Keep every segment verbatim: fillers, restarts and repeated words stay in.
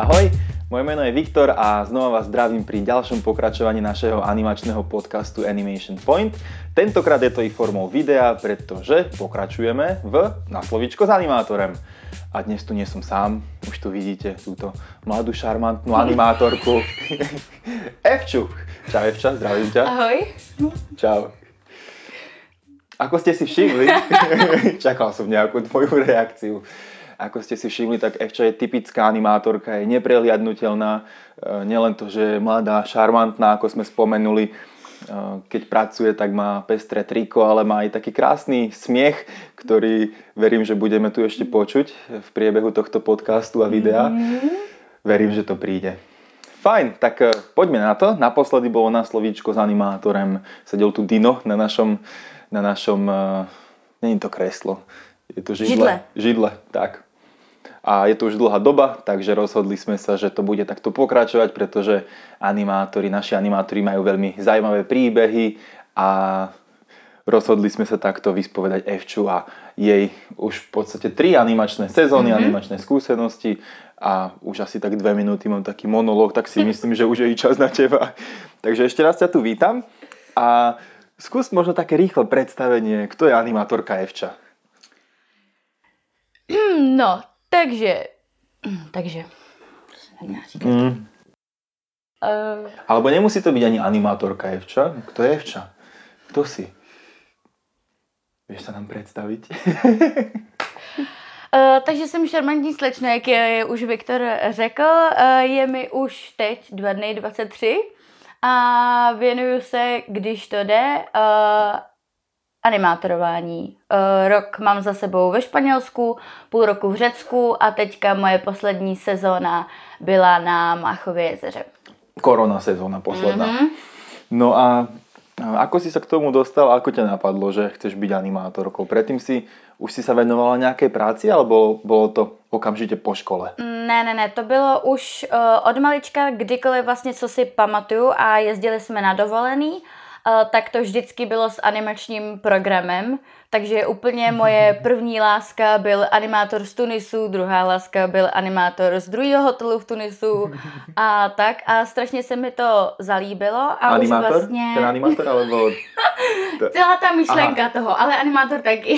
Ahoj, moje meno je Viktor a znova vás zdravím pri ďalšom pokračovaní našeho animačného podcastu Animation Point. Tentokrát je to i formou videa, pretože pokračujeme v Na slovíčko s animátorem. A dnes tu nie som sám, už tu vidíte túto mladú šarmantnú animátorku Evču. Čau Evča, zdravím ťa. Ahoj. Čau. Ako ste si všimli, čakal som nejakú tvoju reakciu. Ako ste si všimli, tak Evča je typická animátorka, je neprehliadnutelná. Nielen to, že je mladá, šarmantná, ako sme spomenuli, keď pracuje, tak má pestré triko, ale má aj taký krásny smiech, ktorý verím, že budeme tu ešte počuť v priebehu tohto podcastu a videa. Verím, že to príde. Fajn, tak poďme na to. Naposledy bolo Na slovíčko s animátorem. Sedel tu Dino na našom, na našom, nie je to kreslo, je to židle. Židle, židle tak. A je to už dlhá doba, takže rozhodli sme sa, že to bude takto pokračovať, pretože animátori, naši animátori majú veľmi zaujímavé príbehy a rozhodli sme sa takto vyspovedať Evču a jej už v podstate tri animačné sezóny, mm-hmm. animačné skúsenosti a už asi tak dve minúty mám taký monológ, tak si myslím, že už je i čas na teba. Takže ešte raz ťa tu vítam a skús možno také rýchle predstavenie, kto je animátorka Evča. No, takže, takže, mm. uh... Alebo nemusí to byť ani animátorka Evča. Kto je Evča? Kto si? Vieš sa nám představit? uh, takže jsem šarmantní slečna, jak je už Viktor řekl. Uh, je mi už teď dva dny dvacet tři a věnuju se, když to jde, uh, animátorování. Uh, rok mám za sebou ve Španělsku, půl roku v Řecku a teďka moje poslední sezóna byla na Máchově jezeře. Korona sezóna posledná. Mm-hmm. No a ako si sa k tomu dostal, ako ťa napadlo, že chceš byť animátorkou? Predtým si už si sa venovala nejakej práci, alebo bolo to okamžitě po škole? Ne, ne, ne, to bylo už uh, od malička, kdykoliv vlastně, co si pamatuju a jezdili jsme na dovolený, Uh, tak to vždycky bylo s animačním programem, takže úplně moje první láska byl animátor z Tunisu, druhá láska byl animátor z druhého hotelu v Tunisu a tak a strašně se mi to zalíbilo. A animátor? Už vlastně... Ten animátor, alebo... Celá ta myšlenka Aha. toho, ale animátor taky.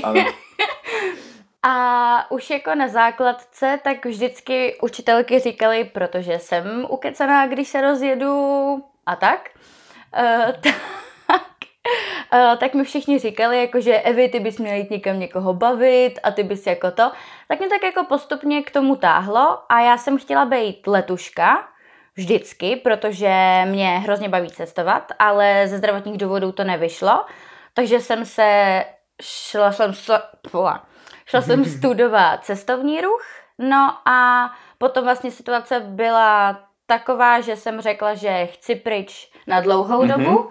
A už jako na základce, tak vždycky učitelky říkali, protože jsem ukecená, když se rozjedu a tak, uh, t- Uh, tak mi všichni říkali, jako, že Evi, ty bys měla jít někam někoho bavit a ty bys jako to. Tak mě tak jako postupně k tomu táhlo a já jsem chtěla být letuška vždycky, protože mě hrozně baví cestovat, ale ze zdravotních důvodů to nevyšlo. Takže jsem se šla jsem, so, šla jsem studovat cestovní ruch, no a potom vlastně situace byla taková, že jsem řekla, že chci pryč na dlouhou mm-hmm. dobu.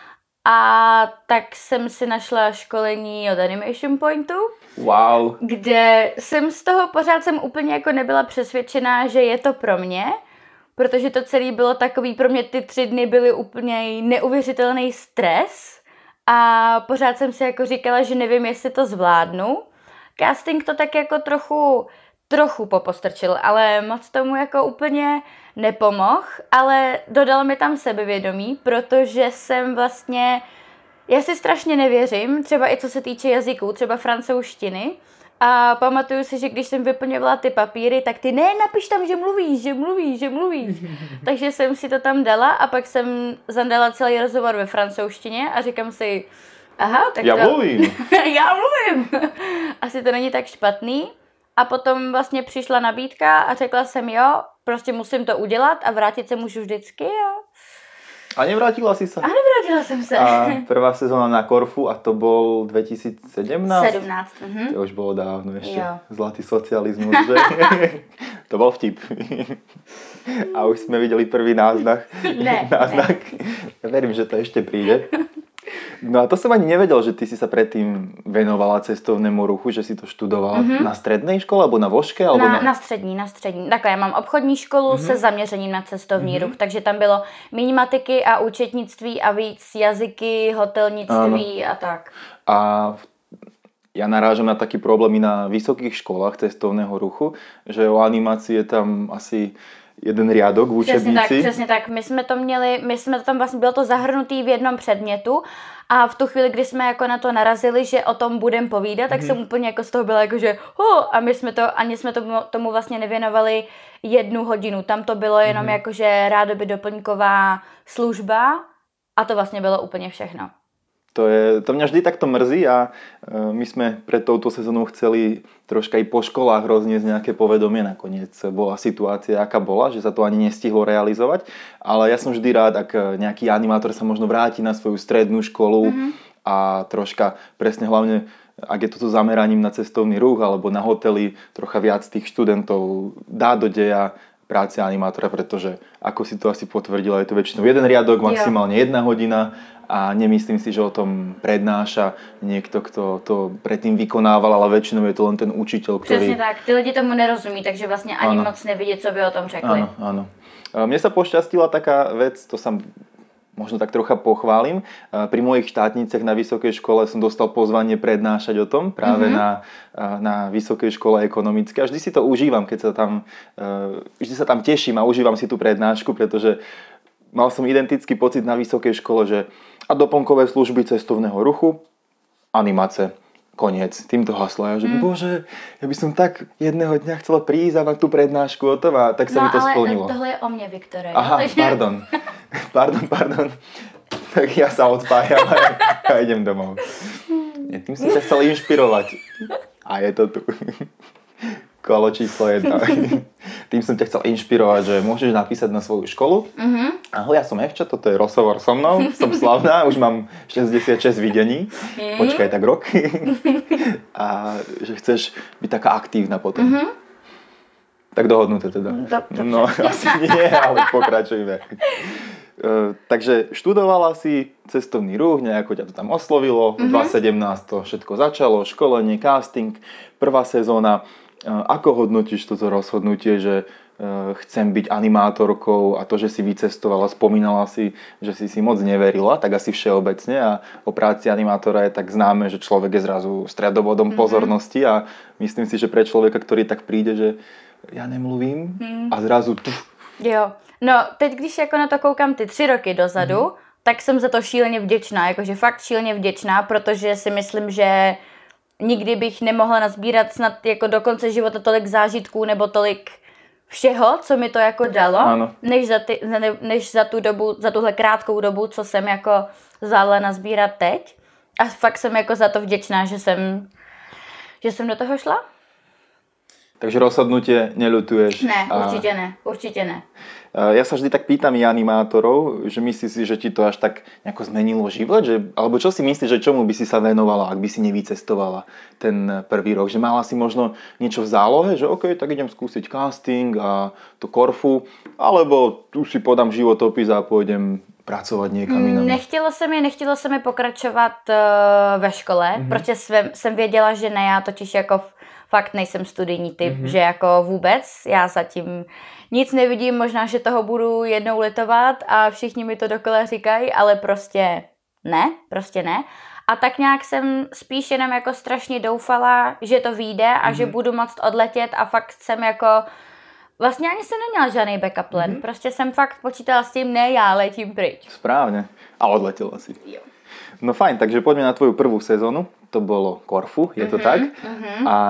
A tak jsem si našla školení od Animation Pointu, wow. kde jsem z toho pořád jsem úplně jako nebyla přesvědčená, že je to pro mě, protože to celé bylo takový, pro mě ty tři dny byly úplně neuvěřitelný stres a pořád jsem si jako říkala, že nevím, jestli to zvládnu. Casting to tak jako trochu, trochu popostrčil, ale moc tomu jako úplně nepomohl, ale dodal mi tam sebevědomí, protože jsem vlastně, já si strašně nevěřím, třeba i co se týče jazyků, třeba francouzštiny. A pamatuju si, že když jsem vyplňovala ty papíry, tak ty ne, napiš tam, že mluvíš, že mluvíš, že mluvíš. Takže jsem si to tam dala a pak jsem zadala celý rozhovor ve francouzštině a říkám si, aha, tak já to... mluvím. Já mluvím. Asi to není tak špatný. A potom vlastně přišla nabídka a řekla jsem jo, prostě musím to udělat a vrátit se můžu vždycky. A, a nevrátila si se? A nevrátila jsem se. A prvá sezóna na Korfu a to byl dvetisícsedemnásť? sedmnáct. Mhm. To už bylo dávno ještě. Jo. Zlatý socialismus, že? To byl vtip. A už jsme viděli první náznak. Ne. náznak. Ne. Verím, že to ještě přijde. No a to som ani nevedel, že ty si sa predtým venovala cestovnému ruchu, že si to študovala mm-hmm. na strednej škole, alebo na voške? Alebo na, na... na střední, na střední. Takhle, já mám obchodní školu mm-hmm. se zaměřením na cestovní mm-hmm. ruch, takže tam bylo míň matiky a účetnictví a víc jazyky, hotelnictví ano. a tak. A ja narážam na taký problém i na vysokých školách cestovného ruchu, že o animácii je tam asi jeden riadok v učebnici. Přesně tak, přesně tak. My jsme to měli, my jsme to tam vlastně, bylo to zahrnutý v jednom předmětu a v tu chvíli, kdy jsme jako na to narazili, že o tom budeme povídat, tak mm. jsem úplně jako z toho byla jako, že oh, a my jsme to, ani jsme tomu, tomu vlastně nevěnovali jednu hodinu. Tam to bylo jenom mm. jako, že rádoby doplňková služba a to vlastně bylo úplně všechno. To, je, to mňa vždy takto mrzí a my sme pred touto sezónou chceli troška i po školách rozniesť nejaké povedomie. Nakoniec bola situácia, aká bola, že sa to ani nestihlo realizovať. Ale ja som vždy rád, ak nejaký animátor sa možno vráti na svoju strednú školu mm-hmm. a troška presne hlavne, ak je to so zameraním na cestovný ruch alebo na hotely, trocha viac tých študentov dá do deja práce animátora, pretože ako si to asi potvrdila, je to väčšinou jeden riadok, maximálne jedna hodina a nemyslím si, že o tom prednáša niekto, kto to predtým vykonával, ale väčšinou je to len ten učiteľ, ktorý... Přesně tak, ty lidi tomu nerozumí, takže vlastně ani ano. moc nevidí, co by o tom řekli. Áno, áno. Mne sa pošťastila taká vec, to sa možno tak trocha pochválim. Pri mojich štátnicech na vysokej škole som dostal pozvanie prednášať o tom práve mm-hmm. na, na vysokej škole ekonomické. A vždy si to užívam, keď sa tam, vždy sa tam teším a užívam si tú prednášku, pretože mal som identický pocit na vysokej škole, že a doplnkové služby cestovného ruchu, animace, koniec. Týmto haslo. Ja, že mm. bože, ja by som tak jedného dňa chcela prísť a mať tú prednášku o tom a tak sa no, mi to splnilo. No ale tohle je o mne, Viktore. Aha, takže... pardon. Pardon, pardon. Tak ja sa odpájam a, a idem domov. Ja, tým som ťa chcel inšpirovať. A je to tu. Kolo číslo jedna. Tým som ťa chcel inšpirovať, že môžeš napísať na svoju školu. Mm-hmm. Ahoj, ja som Evča, toto je rozhovor so mnou. Som slavná, už mám šesťdesiatšesť videní. Mm-hmm. Počkaj tak rok. A že chceš byť taká aktívna potom. Mm-hmm. Tak dohodnuté teda. Dobre. No, asi nie, ale pokračujme. Uh, takže študovala si cestovný ruch, nejako ťa to tam oslovilo. Mm-hmm. dvetisícsedemnásť to všetko začalo, školenie, casting, prvá sezóna. Ako hodnotíš toto rozhodnutie, že chcem byť animátorkou a to, že si vycestovala, spomínala si, že si si moc neverila, tak asi všeobecne a o práci animátora je tak známe, že človek je zrazu stredobodom mm-hmm. pozornosti a myslím si, že pre človeka, ktorý tak príde, že ja nemluvím mm. a zrazu... Tuf. Jo, no teď když jako na to koukám ty tři roky dozadu, mm. tak jsem za to šíleně vděčná, jakože fakt šíleně vděčná, protože si myslím, že nikdy bych nemohla nazbírat snad jako do konce života tolik zážitků nebo tolik všeho, co mi to jako dalo, než za, ty, ne, než za tu dobu, za tuhle krátkou dobu, co jsem jako zvládla nazbírat teď. A fakt jsem jako za to vděčná, že jsem, že jsem do toho šla. Takže rozhodnutie neľutuješ? Ne, určite ne, určite ne. Ja sa vždy tak pýtam i animátorov, že myslíš si, že ti to až tak nejako zmenilo život? Že, alebo čo si myslíš, že čomu by si sa venovala, ak by si nevycestovala ten prvý rok? Že mala si možno niečo v zálohe, že OK, tak idem skúsiť casting a to Korfu, alebo tu si podám životopis a pôjdem pracovat někam jinam. Nechtělo se mi, nechtělo se mi pokračovat uh, ve škole, mm-hmm. protože jsem, jsem věděla, že ne, já totiž jako fakt nejsem studijní typ, mm-hmm. že jako vůbec, já zatím nic nevidím, možná, že toho budu jednou litovat a všichni mi to dokola říkají, ale prostě ne, prostě ne. A tak nějak jsem spíš jenom jako strašně doufala, že to vyjde a mm-hmm. že budu moct odletět a fakt jsem jako, vlastně ani jsem neměla žádný backup plan, mm-hmm. prostě jsem fakt počítala s tím, ne, já letím pryč. Správně. A odletěla si. Jo. No fajn, takže poďme na tvoju prvú sezónu. To bolo Korfu, je to mm-hmm, tak? Mm-hmm. A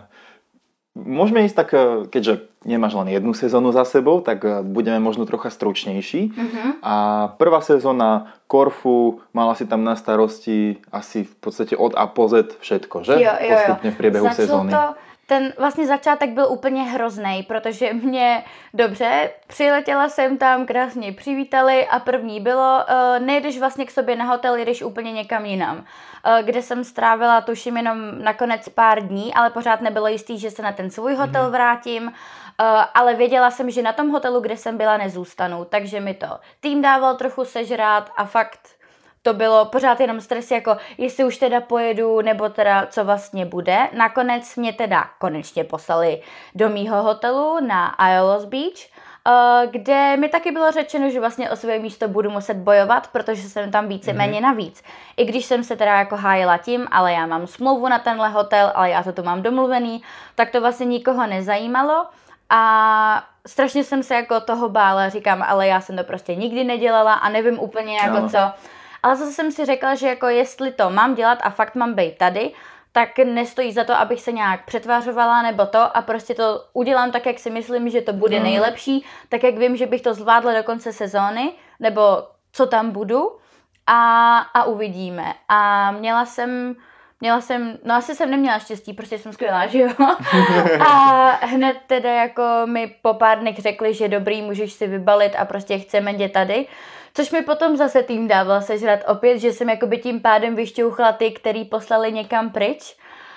môžeme ísť tak, keďže nemáš len jednu sezónu za sebou, tak budeme možno trocha stručnejší. Mm-hmm. A prvá sezóna Korfu, mala si tam na starosti asi v podstate od A po Z všetko, že? Jo, jo, jo. Postupne v priebehu Začalo sezóny. To... Ten vlastně začátek byl úplně hrozný, protože mě dobře, přiletěla jsem tam, krásně přivítali a první bylo, uh, nejdeš vlastně k sobě na hotel, jdeš úplně někam jinam, uh, kde jsem strávila tuším jenom nakonec pár dní, ale pořád nebylo jistý, že se na ten svůj hotel vrátím, uh, ale věděla jsem, že na tom hotelu, kde jsem byla, nezůstanu, takže mi to tým dával trochu sežrát a fakt to bylo pořád jenom stres, jako jestli už teda pojedu, nebo teda co vlastně bude. Nakonec mě teda konečně poslali do mýho hotelu na Aeolus Beach, kde mi taky bylo řečeno, že vlastně o své místo budu muset bojovat, protože jsem tam víceméně mm-hmm. navíc. I když jsem se teda jako hájila tím, ale já mám smlouvu na tenhle hotel, ale já to tu mám domluvený, tak to vlastně nikoho nezajímalo. A strašně jsem se jako toho bála, říkám, ale já jsem to prostě nikdy nedělala a nevím úplně jako no. co. Ale zase jsem si řekla, že jako jestli to mám dělat a fakt mám být tady, tak nestojí za to, abych se nějak přetvářovala nebo to a prostě to udělám tak, jak si myslím, že to bude no. nejlepší, tak jak vím, že bych to zvládla do konce sezóny, nebo co tam budu a, a uvidíme. A měla jsem... Měla jsem, no asi jsem neměla štěstí, prostě jsem skvělá, že jo? A hned teda jako mi po pár dnech řekli, že dobrý, můžeš si vybalit a prostě chceme tě tady. Což mi potom zase tým dával sežrat opět, že jsem jakoby tím pádem vyšťouchla ty, který poslali někam pryč.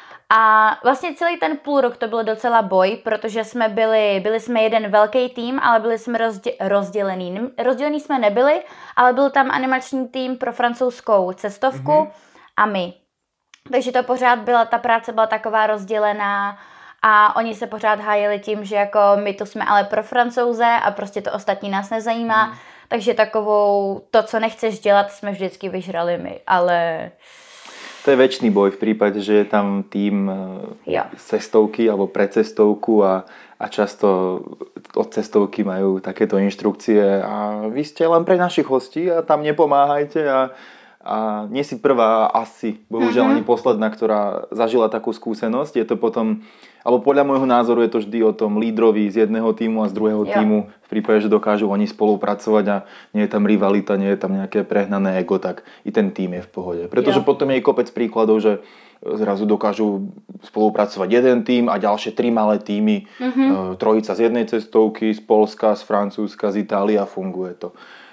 A vlastně celý ten půl rok to byl docela boj, protože jsme byli, byli jsme jeden velký tým, ale byli jsme rozdě, rozdělený. Rozdělený jsme nebyli, ale byl tam animační tým pro francouzskou cestovku mm-hmm. a my. Takže to pořád byla, ta práce byla taková rozdělená a oni se pořád hájili tím, že jako my to jsme ale pro Francouze a prostě to ostatní nás nezajímá. Mm. Takže takovou, to, co nechceš dělat, jsme vždycky vyžrali my, ale... To je večný boj v prípade, že je tam tým jo. cestovky alebo pre cestovku a, a často od cestovky majú takéto inštrukcie a vy ste len pre našich hostí a tam nepomáhajte a A nie si prvá, asi, bohužiaľ mm-hmm. ani posledná, ktorá zažila takú skúsenosť. Je to potom, alebo podľa môjho názoru je to vždy o tom lídrovi z jedného tímu a z druhého jo. tímu. V prípade, že dokážu oni spolupracovať a nie je tam rivalita, nie je tam nejaké prehnané ego, tak i ten tím je v pohode. Pretože jo. potom je kopec príkladov, že zrazu dokážu spolupracovať jeden tím a ďalšie tri malé tímy. Mm-hmm. Trojica z jednej cestovky, z Polska, z Francúzska, z Itálie a funguje to.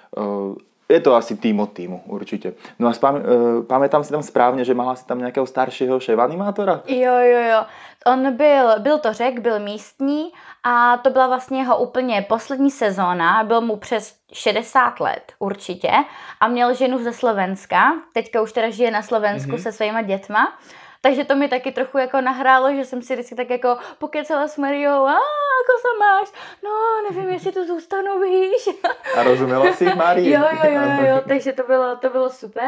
Je to asi tým od týmu, určitě. No a spám, uh, pamätám si tam správně, že mala si tam nějakého staršího šéf-animátora? Jo, jo, jo. On byl, byl to Řek, byl místní a to byla vlastně jeho úplně poslední sezóna. Byl mu přes šedesát let určitě a měl ženu ze Slovenska. Teďka už teda žije na Slovensku mm-hmm. se svýma dětma. Takže to mi taky trochu jako nahrálo, že jsem si vždycky tak jako pokecala s Mariou, a ako sa máš? No, nevím, jestli tu zůstanu, víš. A rozuměla si Marii? Jo, jo, jo, jo, takže to bylo, to bylo super.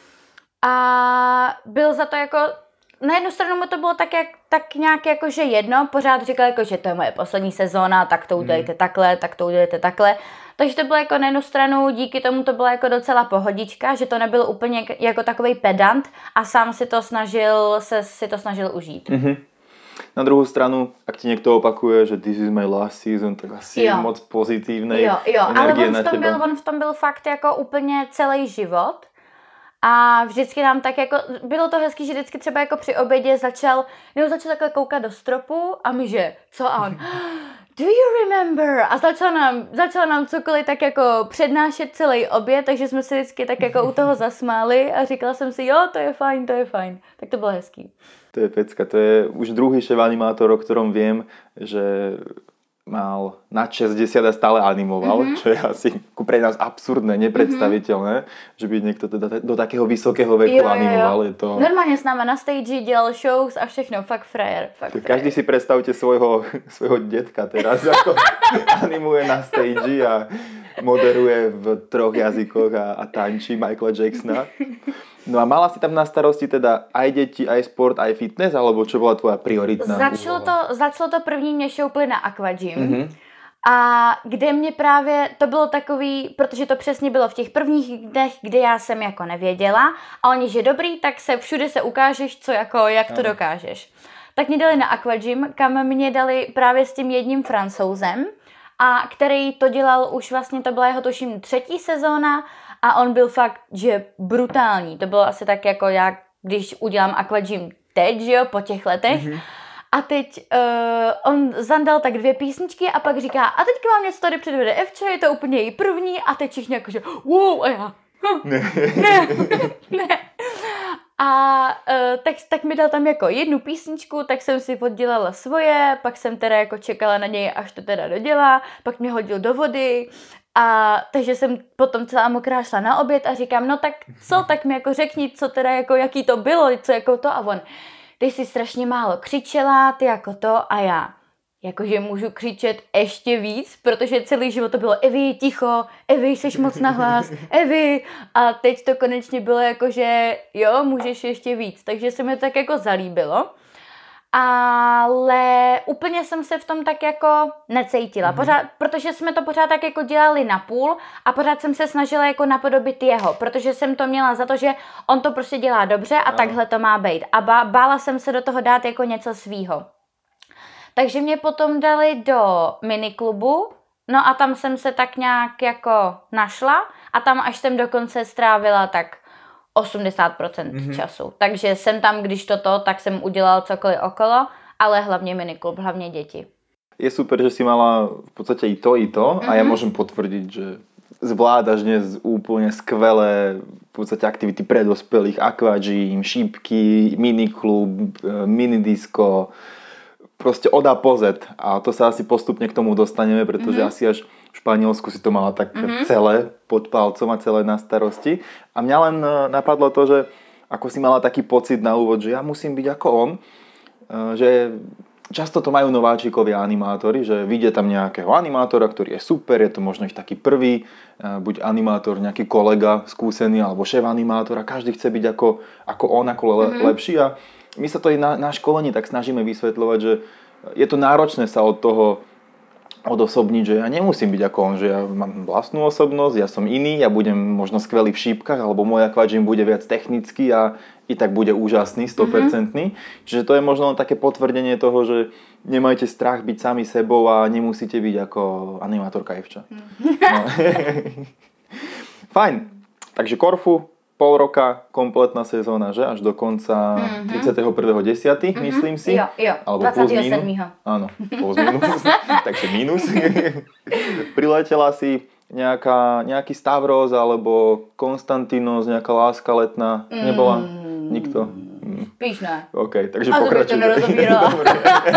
A byl za to jako, na jednu stranu mu to bylo tak, jak, tak nějak jako, že jedno, pořád říkal jako, že to je moje poslední sezóna, tak to udělejte hmm. takhle, tak to udělejte takhle. Takže to bylo jako na jednu stranu, díky tomu to byla jako docela pohodička, že to nebyl úplně jako takovej pedant a sám si to snažil, se si to snažil užít. Mm-hmm. Na druhou stranu, ak ti někdo opakuje, že this is my last season, tak asi jo. je moc pozitívnej jo, jo. energie ale on na v tom teba. Byl, on v tom byl fakt jako úplně celý život. A vždycky nám tak jako, bylo to hezký, že vždycky třeba jako při obědě začal, nebo začal takhle koukat do stropu a my že, co a on, do you remember? A začal nám, začal nám cokoliv tak jako přednášet celý oběd, takže jsme se vždycky tak jako u toho zasmáli a říkala jsem si, jo, to je fajn, to je fajn. Tak to bylo hezký. To je pecka, to je už druhý šéf-animátor, o ktorom viem, že mal nad šesťdesiat a stále animoval, mm-hmm. čo je asi pre nás absurdné, nepredstaviteľné, mm-hmm. že by niekto teda do takého vysokého veku jo, animoval. Jo. Je to... Normálně s náma na stage dělal shows a všechno, fakt frajer. Fakt frajer. Každý si predstavte svojho, svojho detka teraz, ako animuje na stage a moderuje v troch jazykoch a, a tančí Michaela Jacksona. No a mala si tam na starosti teda aj deti, aj sport, aj fitness, alebo čo byla tvoja prioritná Začalo to, začalo to první, mě šoupli na Aquagym. Mm-hmm. A kde mě právě, to bylo takový, protože to přesně bylo v těch prvních dnech, kdy já jsem jako nevěděla a oni, že dobrý, tak se všude se ukážeš, co jako, jak to dokážeš. Tak mě dali na Aquagym, kam mě dali právě s tím jedním Francouzem, a který to dělal už vlastně, to byla jeho tuším třetí sezóna a on byl fakt, že brutální. To bylo asi tak jako já, když udělám Aquagym teď, že jo, po těch letech. Mm-hmm. A teď uh, on zandal tak dvě písničky a pak říká, a teďka vám něco tady předvede Evča, je to úplně její první a teď všichni jakože, wow, a já, hm, ne, ne, ne. A uh, tak, tak mi dal tam jako jednu písničku, tak jsem si oddělala svoje, pak jsem teda jako čekala na něj, až to teda dodělá, pak mě hodil do vody a takže jsem potom celá mokrá šla na oběd a říkám, no tak co, tak mi jako řekni, co teda jako, jaký to bylo, co jako to a on, ty jsi strašně málo křičela, ty jako to a já. Jakože můžu křičet ještě víc, protože celý život to bylo Evi, ticho, Evi, jsi moc nahlas, Evi. A teď to konečně bylo jakože jo, můžeš ještě víc. Takže se mi to tak jako zalíbilo. ale úplně jsem se v tom tak jako necítila, Mhm. pořád, protože jsme to pořád tak jako dělali na půl a pořád jsem se snažila jako napodobit jeho, protože jsem to měla za to, že on to prostě dělá dobře a Ano. takhle to má být. A bá, bála jsem se do toho dát jako něco svýho. Takže mě potom dali do miniklubu, no a tam jsem se tak nějak jako našla a tam až jsem dokonce strávila tak osmdesát procent Mhm. času. Takže jsem tam, když toto, tak jsem udělal cokoliv okolo, ale hlavně miniklub, hlavně děti. Je super, že si mala v podstate i to, i to a ja Mhm. môžem potvrdiť, že zvládaš dnes úplne skvelé v podstate aktivity pre dospelých, aquagym, šípky, miniklub, e, minidisko, proste od A po Z. A to sa asi postupne k tomu dostaneme, pretože Mhm. asi až v Španielsku si to mala tak Mhm. celé pod palcom a celé na starosti. A mňa len e, napadlo to, že ako si mala taký pocit na úvod, že ja musím byť ako on, e, že často to majú nováčikovia animátori, že vidie tam nejakého animátora, ktorý je super, je to možno ich taký prvý, buď animátor, nejaký kolega skúsený, alebo šéf animátora, každý chce byť ako, ako on, ako le, Mhm. lepší a my sa to aj na, na školení tak snažíme vysvetľovať, že je to náročné sa od toho odosobniť, že ja nemusím byť ako on, že ja mám vlastnú osobnosť, ja som iný, ja budem možno skvelý v šípkach, alebo môj aquagym bude viac technický a i tak bude úžasný, sto percent. Mm-hmm. Čiže to je možno len také potvrdenie toho, že nemajte strach byť sami sebou a nemusíte byť ako animátorka Evča. Mm-hmm. No. Fajn. Takže Korfu, pol roka, kompletná sezóna, že? Až do konca Mhm. tridsiateho prvého desiateho Mhm. myslím si. Jo, jo, Alebo plus minus. dvadsiateho siedmeho Áno, plus minus. Takže minus. Priletela si nejaká, nejaký Stavros alebo Konstantinos, nejaká láska letná? Nebola? Mm, Nikto? Mm. Spíš ne. OK, takže A to bych to pokračujte. nerozobírala. Dobre.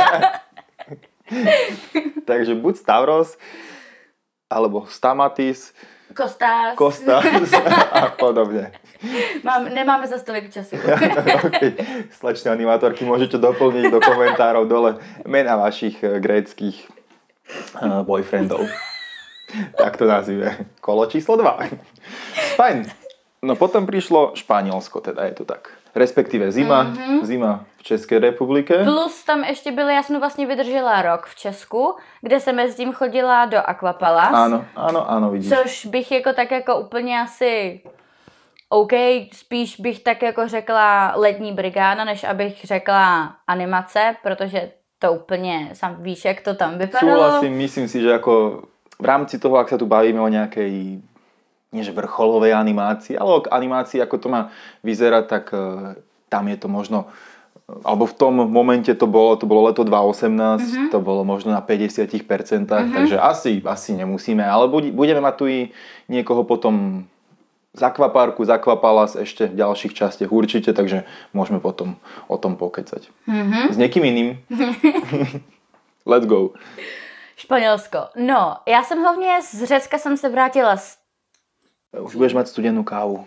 Takže buď Stavros, alebo Stamatis, Kostas. Kostas a podobne. Mám, nemáme za tolik času. Okay. Slečné animátorky, môžete doplniť do komentárov dole mena vašich eh, gréckych uh, boyfriendov. Tak to nazýve. Kolo číslo dva. Fajn. No potom prišlo Španielsko, teda je to tak. Respektíve zima, Mhm. zima v České republike. Plus tam ještě byly, já jsem vlastně vydržela rok v Česku, kde jsem mezi tím chodila do Aquapalas. Áno, áno, áno, vidíš. Což bych jako tak jako úplně asi OK, spíš bych tak jako řekla letní brigáda, než abych řekla animace, protože to úplně sám víš, jak to tam vypadalo. Súhlasím, myslím si, že ako v rámci toho, ak sa tu bavíme o nejakej nie že vrcholovej animácii, ale o animácii, ako to má vyzerať, tak uh, tam je to možno, alebo v tom momente to bolo, to bolo leto dva tisíc osemnásť, mm-hmm. to bolo možno na päťdesiat percent, mm-hmm. takže asi, asi nemusíme, ale budeme mať tu i niekoho potom z Aquaparku, z Aquapalas ešte v ďalších častiach určite, takže môžeme potom o tom pokecať. Mm-hmm. S niekým iným. Let's go. Španělsko. No, já jsem hlavně z Řecka jsem se vrátila z... Už budeš mať studenú kávu.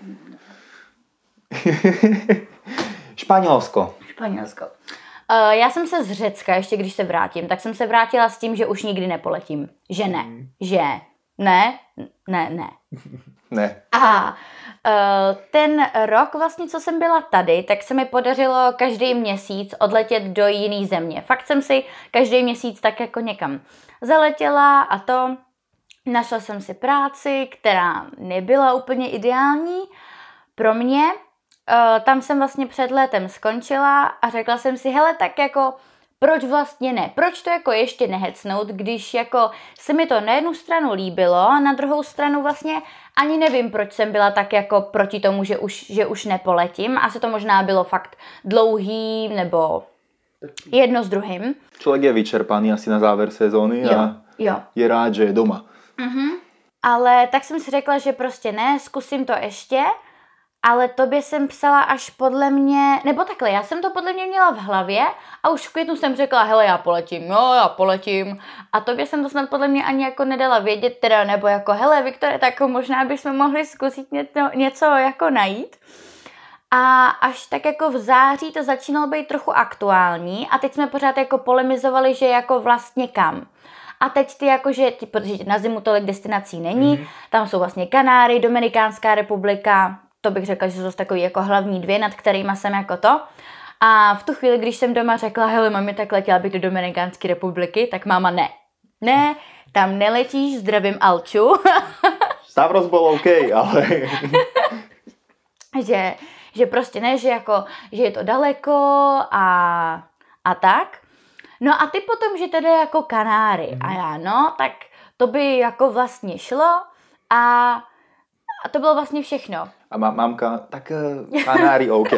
Španělsko. Španělsko. Uh, já jsem se z Řecka, ještě když se vrátím, tak jsem se vrátila s tím, že už nikdy nepoletím. Že ne. Mm. Že ne. Ne, ne. Ne. A uh, ten rok vlastně, co jsem byla tady, tak se mi podařilo každý měsíc odletět do jiný země. Fakt jsem si každý měsíc tak jako někam zaletěla a to. Našla jsem si práci, která nebyla úplně ideální pro mě. Uh, tam jsem vlastně před létem skončila a řekla jsem si, hele, tak jako proč vlastně ne? Proč to jako ještě nehecnout, když jako se mi to na jednu stranu líbilo a na druhou stranu vlastně ani nevím, proč jsem byla tak jako proti tomu, že už, že už nepoletím. Asi to možná bylo fakt dlouhý nebo jedno s druhým. Človek je vyčerpaný asi na záver sezóny Jo, a jo. je rád, že je doma. Mhm. Ale tak jsem si řekla, že prostě ne, zkusím to ještě. Ale tobě jsem psala až podle mě, nebo takhle, já jsem to podle mě měla v hlavě a už v květnu jsem řekla, hele, já poletím, jo, já poletím. A tobě jsem to snad podle mě ani jako nedala vědět, teda, nebo jako, hele, Viktore, tak možná bychom mohli zkusit něco, něco jako najít. A až tak jako v září to začínalo být trochu aktuální a teď jsme pořád jako polemizovali, že jako vlastně kam. A teď ty jakože, protože na zimu tolik destinací není, mm. tam jsou vlastně Kanáry, Dominikánská republika, to bych řekla, že jsou takový jako hlavní dvě, nad kterýma jsem jako to. A v tu chvíli, když jsem doma řekla, hele mami, tak letěla bych do Dominikánské republiky, tak máma ne. Ne, tam neletíš, zdravím Alču. Stavros byl OK, ale... že, že prostě ne, že, jako, že je to daleko a, a tak. No a ty potom, že teda jako Kanáry. Mm. A já, no, tak to by jako vlastně šlo a, a to bylo vlastně všechno. A má, mamka, tak uh, Kanáry OK.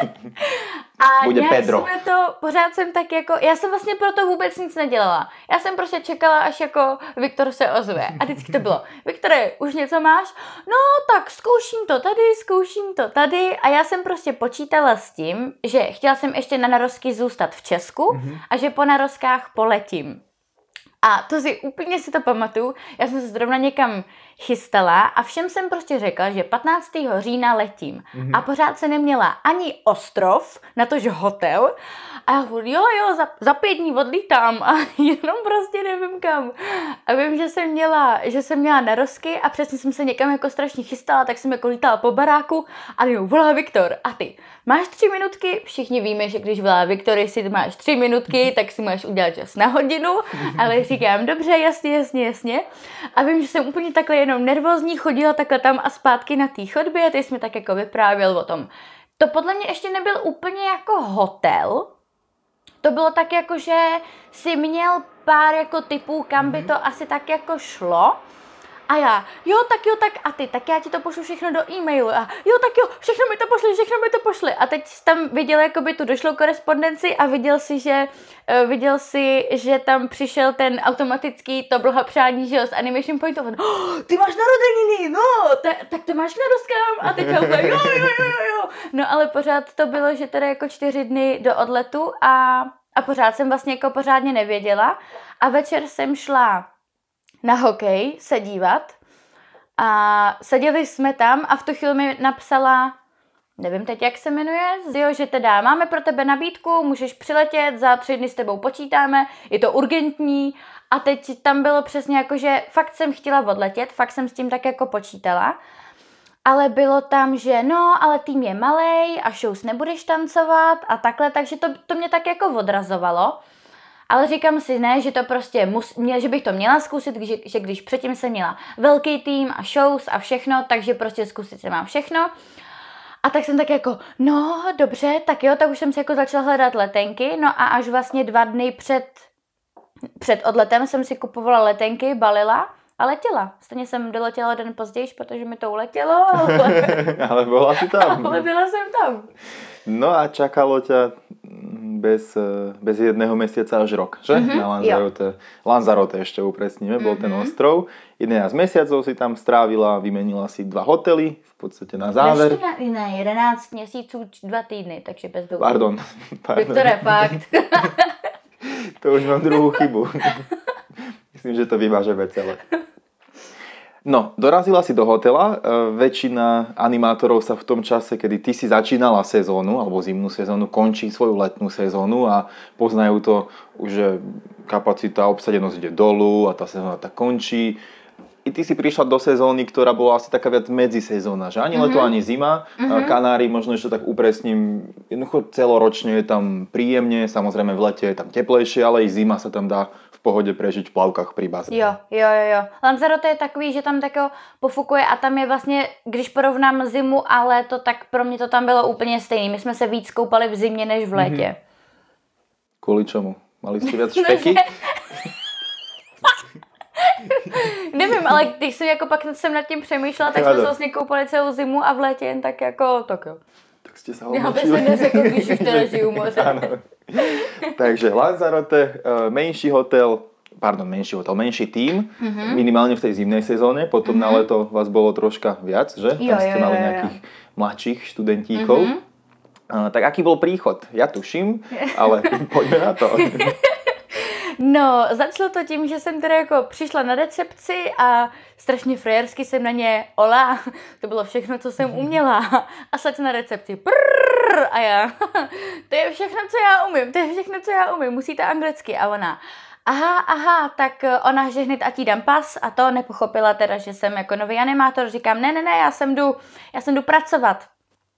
A bude nějak Pedro. jsme to, pořád jsem tak jako, já jsem vlastně pro to vůbec nic nedělala. Já jsem prostě čekala, až jako Viktor se ozve. A vždycky to bylo, Viktore, už něco máš? No tak zkouším to tady, zkouším to tady. A já jsem prostě počítala s tím, že chtěla jsem ještě na narozky zůstat v Česku mm-hmm. a že po narozkách poletím. A to si úplně si to pamatuju, já jsem se zrovna někam chystala a všem jsem prostě řekla, že patnáctého října letím. Mm-hmm. A pořád se neměla ani ostrov, natož hotel. A já furt, jo, jo, za, za pět dní odlítám a jenom prostě nevím kam. A vím, že jsem měla, že jsem měla narozky a přesně jsem se někam jako strašně chystala, tak jsem jako lítala po baráku a mi volá Viktor. A ty, máš tři minutky? Všichni víme, že když volá Viktor, jestli ty máš tři minutky, tak si máš udělat čas na hodinu. Ale říkám, dobře, jasně, jasně, jasně. A vím, že jsem úplně takhle jenom nervózní, chodila takhle tam a zpátky na té chodbě a ty jsi mi tak jako vyprávěl o tom. To podle mě ještě nebyl úplně jako hotel. To bylo tak jako, že si měl pár jako typů, kam by to asi tak jako šlo. A já, jo, tak jo, tak a ty, tak já ti to pošlu všechno do e-mailu. A jo, tak jo, všechno mi to pošli, všechno mi to pošli. A teď jsi tam viděl jakoby tu došlou korespondenci a viděl si, že uh, viděl si, že tam přišel ten automatický to blahopřání, že jo, s Animation Pointu. Oh, ty máš narozeniny, no, t- tak to máš narozkám. A teď já úplně, jo, jo, jo, jo, jo. No ale pořád to bylo, že teda jako čtyři dny do odletu a, a pořád jsem vlastně jako pořádně nevěděla. A večer jsem šla na hokej se dívat a seděli jsme tam a v tu chvíli mi napsala, nevím teď, jak se jmenuje, jo, že teda máme pro tebe nabídku, můžeš přiletět, za tři dny s tebou počítáme, je to urgentní a teď tam bylo přesně jako, že fakt jsem chtěla odletět, fakt jsem s tím tak jako počítala, ale bylo tam, že no, ale tým je malej a shows nebudeš tancovat a takhle, takže to, to mě tak jako odrazovalo. Ale říkám si, ne, že to prostě, mus, mě, že bych to měla zkusit, že, že když předtím jsem měla velký tým a shows a všechno, takže prostě zkusit se mám všechno. A tak jsem tak jako, no dobře, tak jo, tak už jsem si jako začala hledat letenky, no a až vlastně dva dny před, před odletem jsem si kupovala letenky, balila a letěla. Stejně jsem doletěla den později, protože mi to uletělo, ale... ale byla si tam. Ale byla jsem tam. No a čakalo ťa bez, bez jedného mesiaca až rok, že? Mm-hmm, na Lanzarote. Jo. Lanzarote ešte upresníme, bol mm-hmm. ten ostrov. jedenásť mesiacov si tam strávila, vymenila si dva hotely, v podstate na záver. Na, na jedenáct měsíců, dva týdny, takže bez dvou. Pardon. pardon. Viktore, fakt. To už mám druhú chybu. Myslím, že to vyvážeme celé. No, dorazila si do hotela, e, väčšina animátorov sa v tom čase, kedy ty si začínala sezónu, alebo zimnú sezónu, končí svoju letnú sezónu a poznajú to už, že kapacita, obsadenosť ide dolu a tá sezóna tak končí. I ty si prišla do sezóny, ktorá bola asi taká viac medzisezóna, že ani leto, mm-hmm. ani zima. Mm-hmm. Kanári, možno ešte tak upresním, jednoducho celoročne je tam príjemne, samozrejme v lete je tam teplejšie, ale i zima sa tam dá v pohode prežiť v plavkách pri bazénu. Jo, jo, jo, jo. Lanzarote je takový, že tam tak pofukuje a tam je vlastně, když porovnám zimu a léto, tak pro mě to tam bylo úplně stejný. My jsme se víc koupali v zimě než v létě. Mm-hmm. Kvôli čomu? Mali ste viac špeky? Nevím, ale když jsem jako pak jsem nad tím přemýšlela, tak jsme se vlastně koupali celou zimu a v létě jen tak jako, tak jo. Tak jste se Já bych se neřekl, když už teda žiju moře. Takže Lanzarote, menší hotel, pardon, menší hotel, menší tým, mm-hmm. minimálne v tej zimnej sezóne, potom mm-hmm. na leto vás bolo troška viac, že? Jo, Tam ste jo, mali jo, jo. nejakých mladších študentíkov. Mm-hmm. Uh, tak aký bol príchod? Ja tuším, ale poďme na to. No, začalo to tím, že jsem teda jako přišla na recepci a strašně frajersky jsem na ně olá. To bylo všechno, co jsem uměla. A slať na recepci. Prrrr, a já, to je všechno, co já umím, to je všechno, co já umím, musíte anglicky. A ona, aha, aha, tak ona, že hned a ti dám pas a to nepochopila teda, že jsem jako nový animátor. Říkám, ne, ne, ne, já sem jdu, já sem jdu pracovat.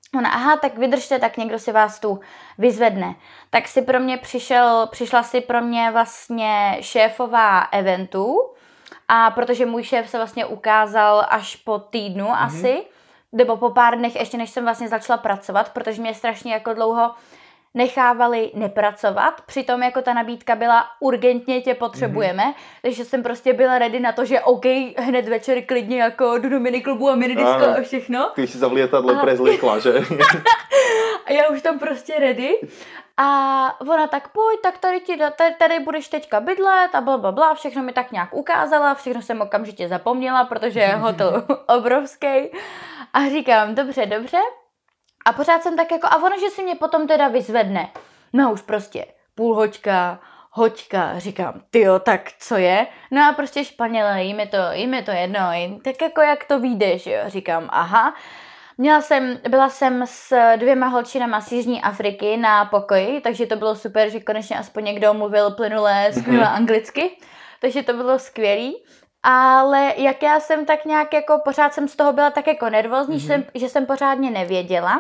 Ona, aha, tak vydržte, tak někdo si vás tu vyzvedne. Tak si pro mě přišel, přišla si pro mě vlastně šéfová eventu, a protože můj šéf se vlastně ukázal až po týdnu mm-hmm. asi, nebo po pár dnech ještě než jsem vlastně začala pracovat, protože mě strašně jako dlouho nechávali nepracovat, přitom jako ta nabídka byla urgentně tě potřebujeme, mm-hmm. takže jsem prostě byla ready na to, že OK, hned večer klidně jako jdu do miniklubu a minidisco a všechno. Ty si za v lietadle a... prezliekla, že? A já už tam prostě ready. A ona tak pojď, tak tady, ti, tady, tady budeš teďka bydlet a blablabla, všechno mi tak nějak ukázala, všechno jsem okamžitě zapomněla, protože je hotel obrovský. A říkám, dobře, dobře. A pořád jsem tak jako, a ono, že si mě potom teda vyzvedne. No už prostě půl hoďka, hoďka, říkám, tyjo, tak co je? No a prostě Španělé, jim je to, jim je to jedno, jim, tak jako jak to vyjdeš, jo? Říkám, aha. Měla jsem, byla jsem s dvěma holčinama z Jižní Afriky na pokoji, takže to bylo super, že konečně aspoň někdo mluvil plynulé, skvěle anglicky, takže to bylo skvělý. Ale jak já jsem tak nějak jako, pořád jsem z toho byla tak jako nervózní, mm-hmm. že, jsem, že jsem pořádně nevěděla,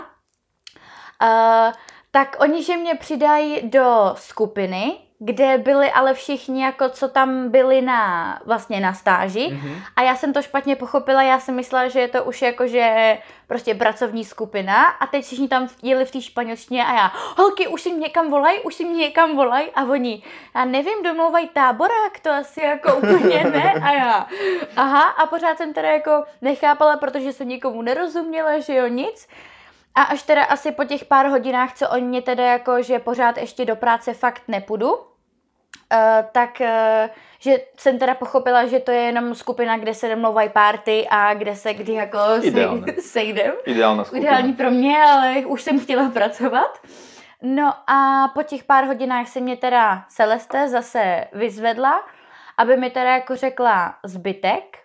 uh, tak oni, že mě přidají do skupiny, kde byli ale všichni jako, co tam byli na, vlastně na stáži mm-hmm. a já jsem to špatně pochopila, já jsem myslela, že je to už jako, že prostě pracovní skupina a teď všichni tam jeli v té španělštině a já, holky, už si mě někam volají, už si mě někam volají a oni, já nevím, domlouvají táborák, to asi jako úplně ne a já, aha a pořád jsem teda jako nechápala, protože jsem nikomu nerozuměla, že jo, nic. A až teda asi po těch pár hodinách, co oni mě teda jako, že pořád ještě do práce fakt nepůjdu, uh, tak uh, že jsem teda pochopila, že to je jenom skupina, kde se domlouvají party a kde se kdy jako sej, sejdem. Ideální skupina. Ideální pro mě, ale už jsem chtěla pracovat. No a po těch pár hodinách se mě teda Celeste zase vyzvedla, aby mi teda jako řekla zbytek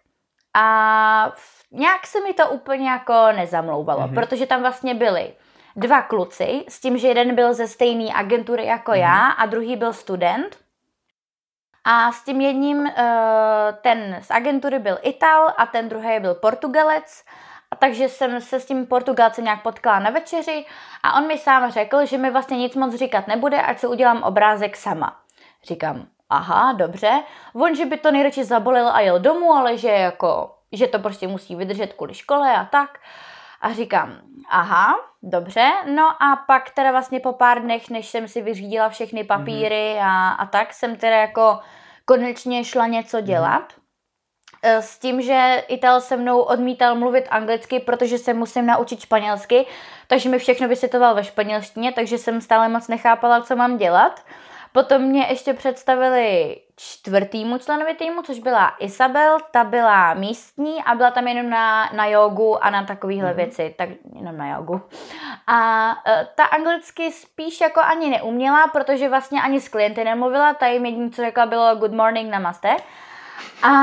a nějak se mi to úplně jako nezamlouvalo, mm-hmm. protože tam vlastně byli dva kluci, s tím, že jeden byl ze stejné agentury jako mm-hmm. já a druhý byl student. A s tím jedním ten z agentury byl Ital a ten druhý byl Portugalec. A takže jsem se s tím Portugalcem nějak potkala na večeři a on mi sám řekl, že mi vlastně nic moc říkat nebude, ať si udělám obrázek sama. Říkám, aha, dobře. On, že by to nejradši zabolil a jel domů, ale že jako... že to prostě musí vydržet kvůli škole a tak. A říkám, aha, dobře. No a pak teda vlastně po pár dnech, než jsem si vyřídila všechny papíry mm-hmm. a, a tak, jsem teda jako konečně šla něco dělat. Mm-hmm. S tím, že Ital se mnou odmítal mluvit anglicky, protože se musím naučit španělsky, takže mi všechno vysvětloval ve španělštině, takže jsem stále moc nechápala, co mám dělat. Potom mě ještě představili čtvrtýmu členovi týmu, což byla Isabel, ta byla místní a byla tam jenom na, na jogu a na takovéhle mm-hmm. věci, tak jenom na jogu. A e, ta anglicky spíš jako ani neuměla, protože vlastně ani s klienty nemluvila, ta jim jediné, co řekla, bylo good morning, namaste. A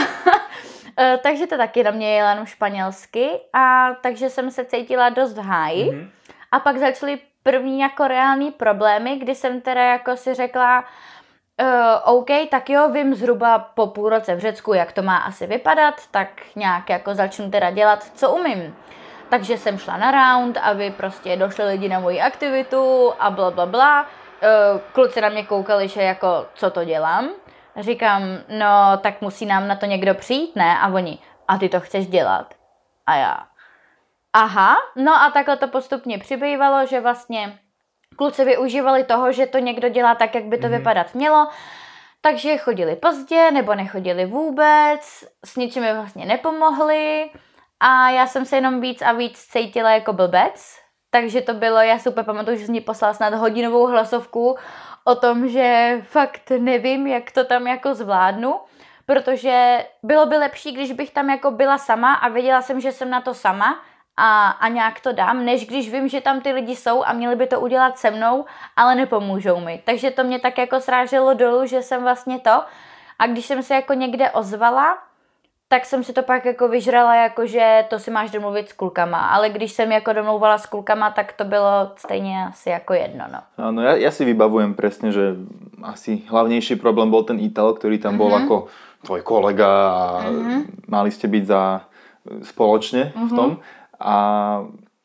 e, takže to taky na mě jela jenom španělsky a takže jsem se cítila dost high. Mm-hmm. A pak začaly první jako reální problémy, kdy jsem teda jako si řekla, uh, OK, tak jo, vím zhruba po půl roce v Řecku, jak to má asi vypadat, tak nějak jako začnu teda dělat, co umím. Takže jsem šla na round, aby prostě došli lidi na moji aktivitu a bla bla bla. Uh, kluci na mě koukali, že jako, co to dělám. Říkám, no tak musí nám na to někdo přijít, ne? A oni, a ty to chceš dělat? A já... Aha, no a takhle to postupně přibývalo, že vlastně kluci využívali toho, že to někdo dělá tak, jak by to mm-hmm. vypadat mělo, takže chodili pozdě nebo nechodili vůbec, s ničím mi vlastně nepomohli a já jsem se jenom víc a víc cítila jako blbec, takže to bylo, já si úplně pamatuju, že jsem mi poslala snad hodinovou hlasovku o tom, že fakt nevím, jak to tam jako zvládnu, protože bylo by lepší, když bych tam jako byla sama a věděla jsem, že jsem na to sama, A, a nějak to dám, než když vím, že tam ty lidi jsou a měli by to udělat se mnou, ale nepomůžou mi. Takže to mě tak jako sráželo dolů, že jsem vlastně to. A když jsem se jako někde ozvala, tak jsem si to pak jako vyžrala, jako že to si máš domluvit s klukama. Ale když jsem jako domlouvala s klukama, tak to bylo stejně asi jako jedno. No, no ja, ja si vybavujem presne, že asi hlavnejší problém bol ten Ital, ktorý tam bol mm-hmm. ako tvoj kolega a mm-hmm. mali ste byť za spoločne mm-hmm. v tom. A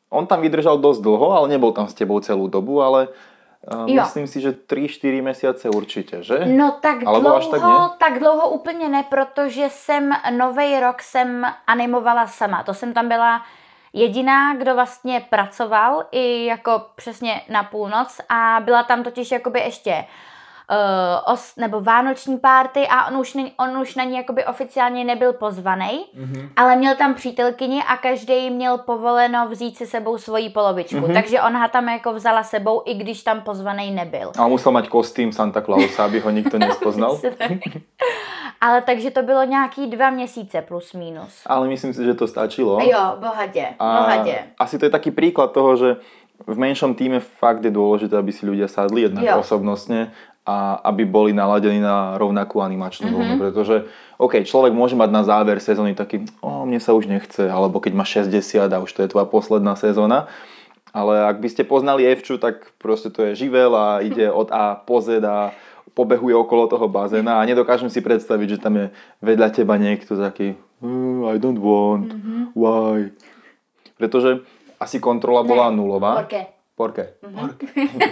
on tam vydržal dosť dlho, ale nebol tam s tebou celú dobu, ale uh, myslím si, že tři čtyři mesiace určitě, že? No tak Alebo dlouho, až tak, ne? tak dlouho úplně ne, protože jsem nový rok jsem animovala sama. To jsem tam byla jediná, kdo vlastně pracoval i jako přesně na půlnoc a byla tam totiž jakoby ještě uh, os, nebo vánoční párty a on už, ne, on už na ní jakoby oficiálně nebyl pozvaný, mm-hmm. ale měl tam přítelkyni a každý měl povoleno vzít si sebou svoji polovičku, mm-hmm. takže on ha tam jako vzala sebou, i když tam pozvaný nebyl. A musel mať kostým Santa Clausa, aby ho nikto nespoznal. Ale takže to bylo nějaký dva měsíce plus minus. Ale myslím si, že to stačilo. Jo, bohadě, bohadě. Asi to je taký príklad toho, že v menšom týme fakt je dôležité, aby si ľudia sadli jednak jo. osobnostne a aby boli naladení na rovnakú animačnú vlnu, mm-hmm. pretože OK, človek môže mať na záver sezóny taký, o, mne sa už nechce, alebo keď má šesťdesiat a už to je tvoja posledná sezóna, ale ak by ste poznali Evču, tak proste to je živel a ide od A po Z a pobehuje okolo toho bazéna a nedokážem si predstaviť, že tam je vedľa teba niekto taký mm, I don't want, mm-hmm. why? Pretože asi kontrola bola ne, nulová. Porke. Porke. Mm-hmm. Porke.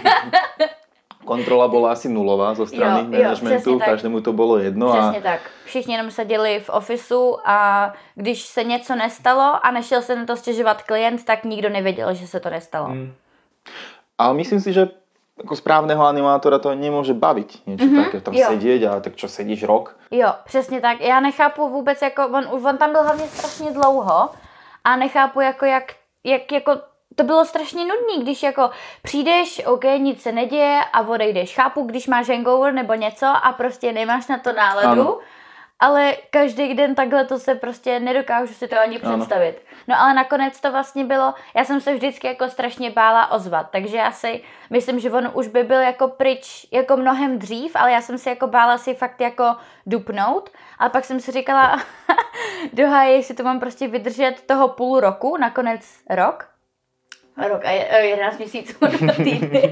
Kontrola bola asi nulová zo strany jo, managementu, jo, každému to bylo jedno. Přesně a... tak. Všichni jenom seděli v ofisu a když se něco nestalo a nešel se na to stěžovat klient, tak nikdo nevěděl, že se to nestalo. Mm. Ale myslím si, že jako správného animátora to nemůže bavit. Něco mm-hmm, také tam jo. sedět a tak čo sedíš rok? Jo, přesně tak. Já nechápu vůbec, jako on, on tam byl hlavně strašně dlouho a nechápu, jako jak, jak jako to bylo strašně nudný, když jako přijdeš, ok, nic se neděje a odejdeš. Chápu, když máš hangover nebo něco a prostě nemáš na to náladu, ano. ale každý den takhle to se prostě nedokážu si to ani představit. Ano. No ale nakonec to vlastně bylo, já jsem se vždycky jako strašně bála ozvat, takže já si myslím, že on už by byl jako pryč jako mnohem dřív, ale já jsem si jako bála si fakt jako dupnout, ale pak jsem si říkala, doháje, jestli to mám prostě vydržet toho půl roku, nakonec rok, rok a jedenáct měsíců týdny.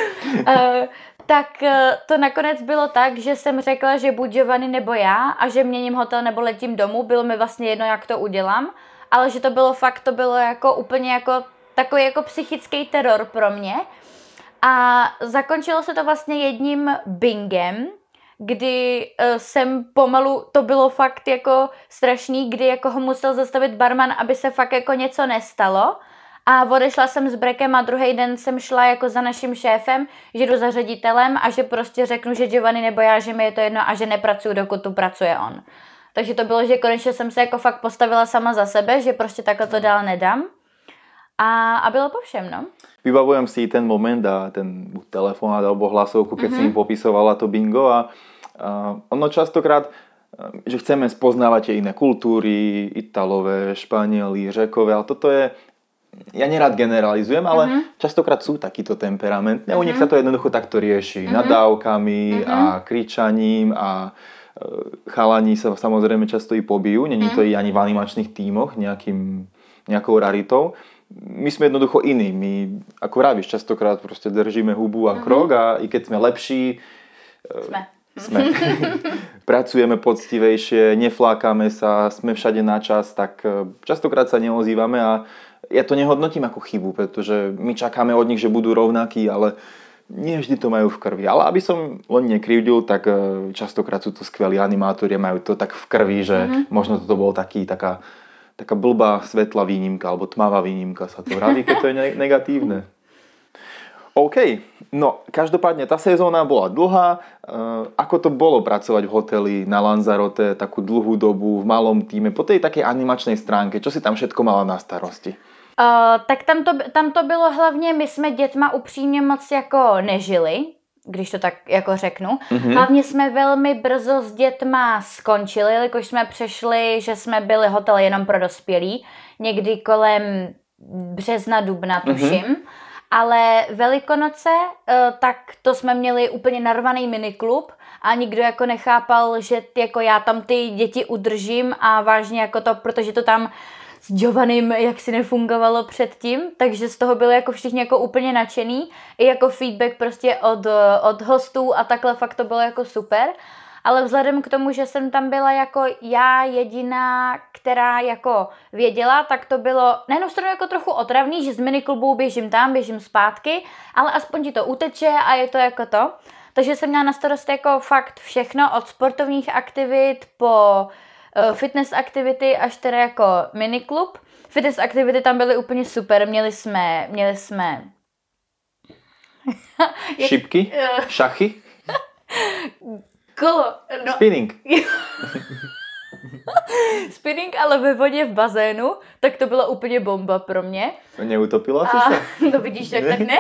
uh, tak uh, to nakonec bylo tak, že jsem řekla, že buď Giovanni nebo já a že měním hotel nebo letím domů, bylo mi vlastně jedno, jak to udělám, ale že to bylo fakt, to bylo jako úplně jako takový jako psychický teror pro mě a zakončilo se to vlastně jedním bingem, kdy uh, jsem pomalu, to bylo fakt jako strašný, kdy jako ho musel zastavit barman, aby se fakt jako něco nestalo. A odešla jsem s brekem a druhý den jsem šla jako za naším šéfem, že jdu za ředitelem a že prostě řeknu, že Giovanni nebo já, že mi je to jedno a že nepracuju, dokud tu pracuje on. Takže to bylo, že konečně jsem se jako fakt postavila sama za sebe, že prostě takhle to dál nedám. A, a bylo po všem, no. Vybavujem si ten moment a ten telefonát alebo hlasovku, keď mm-hmm. si mi popisovala to bingo a, a ono častokrát, že chceme spoznávať tie iné kultúry, Italové, Španieli, Řekové, ale toto je, ja nerad generalizujem, ale uh-huh. častokrát sú takýto temperament. Uh-huh. U nich sa to jednoducho takto rieši. Uh-huh. Nadávkami uh-huh. a kričaním a chalani sa samozrejme často i pobijú. Není to uh-huh. i ani v animačných tímoch nejakým, nejakou raritou. My sme jednoducho iní. My, ako vravíš, častokrát proste držíme hubu a krok uh-huh. a i keď sme lepší, sme. sme. Pracujeme poctivejšie, neflákame sa, sme všade na čas, tak častokrát sa neozývame a ja to nehodnotím ako chybu, pretože my čakáme od nich, že budú rovnakí, ale nie vždy to majú v krvi. Ale aby som len nekrivdil, tak častokrát sú to skvelí animátori a majú to tak v krvi, že mm-hmm. možno to bol taký, taká, taká blbá svetlá výnimka, alebo tmavá výnimka sa to vraví, keď to je negatívne. OK, no každopádne tá sezóna bola dlhá. Ako to bolo pracovať v hoteli na Lanzarote takú dlhú dobu v malom týme po tej takej animačnej stránke? Čo si tam všetko mala na starosti? Uh, tak tam to, tam to bylo hlavně, my jsme dětma upřímně moc jako nežili, když to tak jako řeknu. Mm-hmm. Hlavně jsme velmi brzo s dětma skončili, jelikož jsme přešli, že jsme byli hotel jenom pro dospělí, někdy kolem března, dubna tuším. Mm-hmm. Ale Velikonoce, tak to jsme měli úplně narvaný miniklub a nikdo jako nechápal, že jako já tam ty děti udržím a vážně jako to, protože to tam s Giovannim jaksi nefungovalo předtím, takže z toho byli jako všichni jako úplně nadšený. I jako feedback prostě od, od hostů a takhle fakt to bylo jako super. ale vzhledem k tomu, že jsem tam byla jako já jediná, která jako věděla, tak to bylo na jednu stranu jako trochu otravný, že z miniklubu běžím tam, běžím zpátky, ale aspoň ti to uteče a je to jako to. Takže jsem měla na starost jako fakt všechno, od sportovních aktivit po uh, fitness aktivity až teda jako miniklub. Fitness aktivity tam byly úplně super, měli jsme, měli jsme... Šipky? Šachy? Kolo. No. Spinning. Spinning, ale ve vodě v bazénu, tak to byla úplně bomba pro mě. Neutopila jsi se? No vidíš, jak tak ne.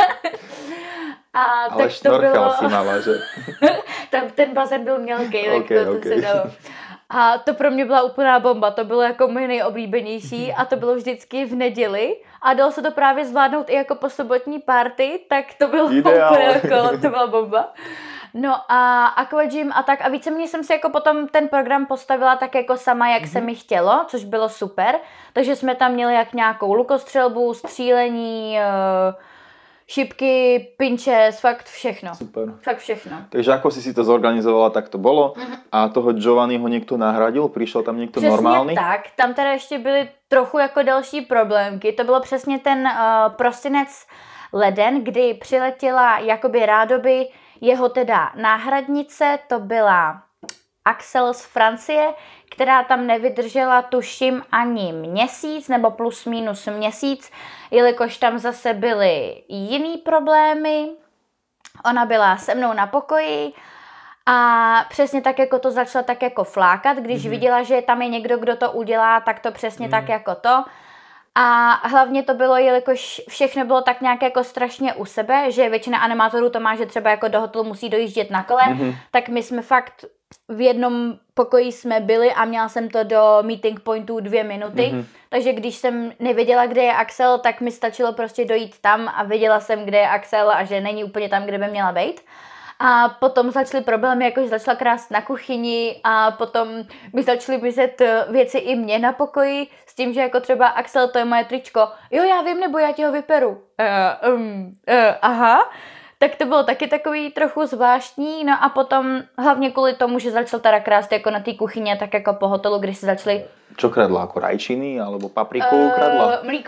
A ale tak šnorchel to bylo... si mala, že? Tam ten bazén byl mělký, tak okay, to, to okay. se dalo. A to pro mě byla úplná bomba, to bylo jako moje nejoblíbenější a to bylo vždycky v neděli a dalo se to právě zvládnout i jako po sobotní party, tak to bylo Ideál. úplně jako, to byla bomba. No a aquagym a tak a víceméně jsem si jako potom ten program postavila tak jako sama, jak mm-hmm. se mi chtělo, což bylo super, takže jsme tam měli jak nějakou lukostřelbu, střílení, šipky, pinches, fakt všechno. Super. Fakt všechno. Takže ako si si to zorganizovala, tak to bolo. Mm-hmm. A toho Giovanniho někdo nahradil? Přišel tam někdo přesně normální? Tak, tam teda ještě byly trochu jako další problémky. To bylo přesně ten uh, prosinec, leden, kdy přiletěla jakoby rádoby jeho teda náhradnice, to byla Axel z Francie, která tam nevydržela tuším ani měsíc nebo plus minus měsíc, jelikož tam zase byly jiný problémy. Ona byla se mnou na pokoji a přesně tak jako to začala tak jako flákat, když mm-hmm. viděla, že tam je někdo, kdo to udělá, tak to přesně mm-hmm. tak jako to. A hlavně to bylo, jelikož všechno bylo tak nějak jako strašně u sebe, že většina animátorů to má, že třeba jako do hotelu musí dojíždět na kole, mm-hmm. tak my jsme fakt v jednom pokoji jsme byli a měla jsem to do meeting pointu dvě minuty, mm-hmm. takže když jsem nevěděla, kde je Axel, tak mi stačilo prostě dojít tam a věděla jsem, kde je Axel a že není úplně tam, kde by měla být. A potom začaly problémy, jakože začala krást na kuchyni a potom mi začaly mizet věci i mě na pokoji s tím, že jako třeba Axel, to je moje tričko. Jo, já vím, nebo já ti ho vyperu. Uh, um, uh, aha. Tak to bylo taky takový trochu zvláštní, no a potom hlavně kvůli tomu, že začal teda krást jako na té kuchyně, tak jako po hotelu, když si začali... Čo kradla, jako rajčiny, alebo papriku uh, kradla? Mlíko.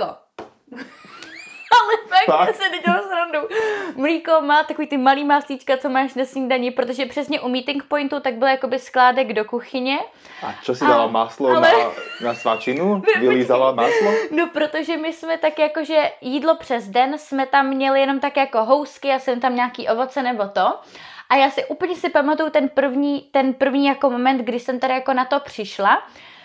Ale fakt, já se nedělám srandu. Mlíko má takový ty malý maslíčka, co máš na snídani, protože přesně u meeting pointu tak byl jakoby skládek do kuchyně. A čo si dala maslo ale... na, na svačinu? Vylízala maslo? No, protože my jsme tak jakože jídlo přes den jsme tam měli jenom tak jako housky a jsem tam nějaký ovoce nebo to. A já si úplně si pamatuju ten první, ten první jako moment, kdy jsem tady jako na to přišla.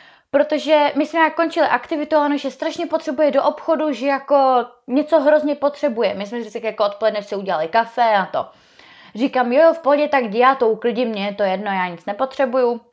Protože my jsme jak končili aktivitu, ono, že strašně potřebuje do obchodu, že jako něco hrozně potřebuje. My jsme vždycky jako odpoledne si udělali kafe a to. Říkám, jo, v pohodě, tak já to uklidím, mě je to jedno, já nic nepotřebuju.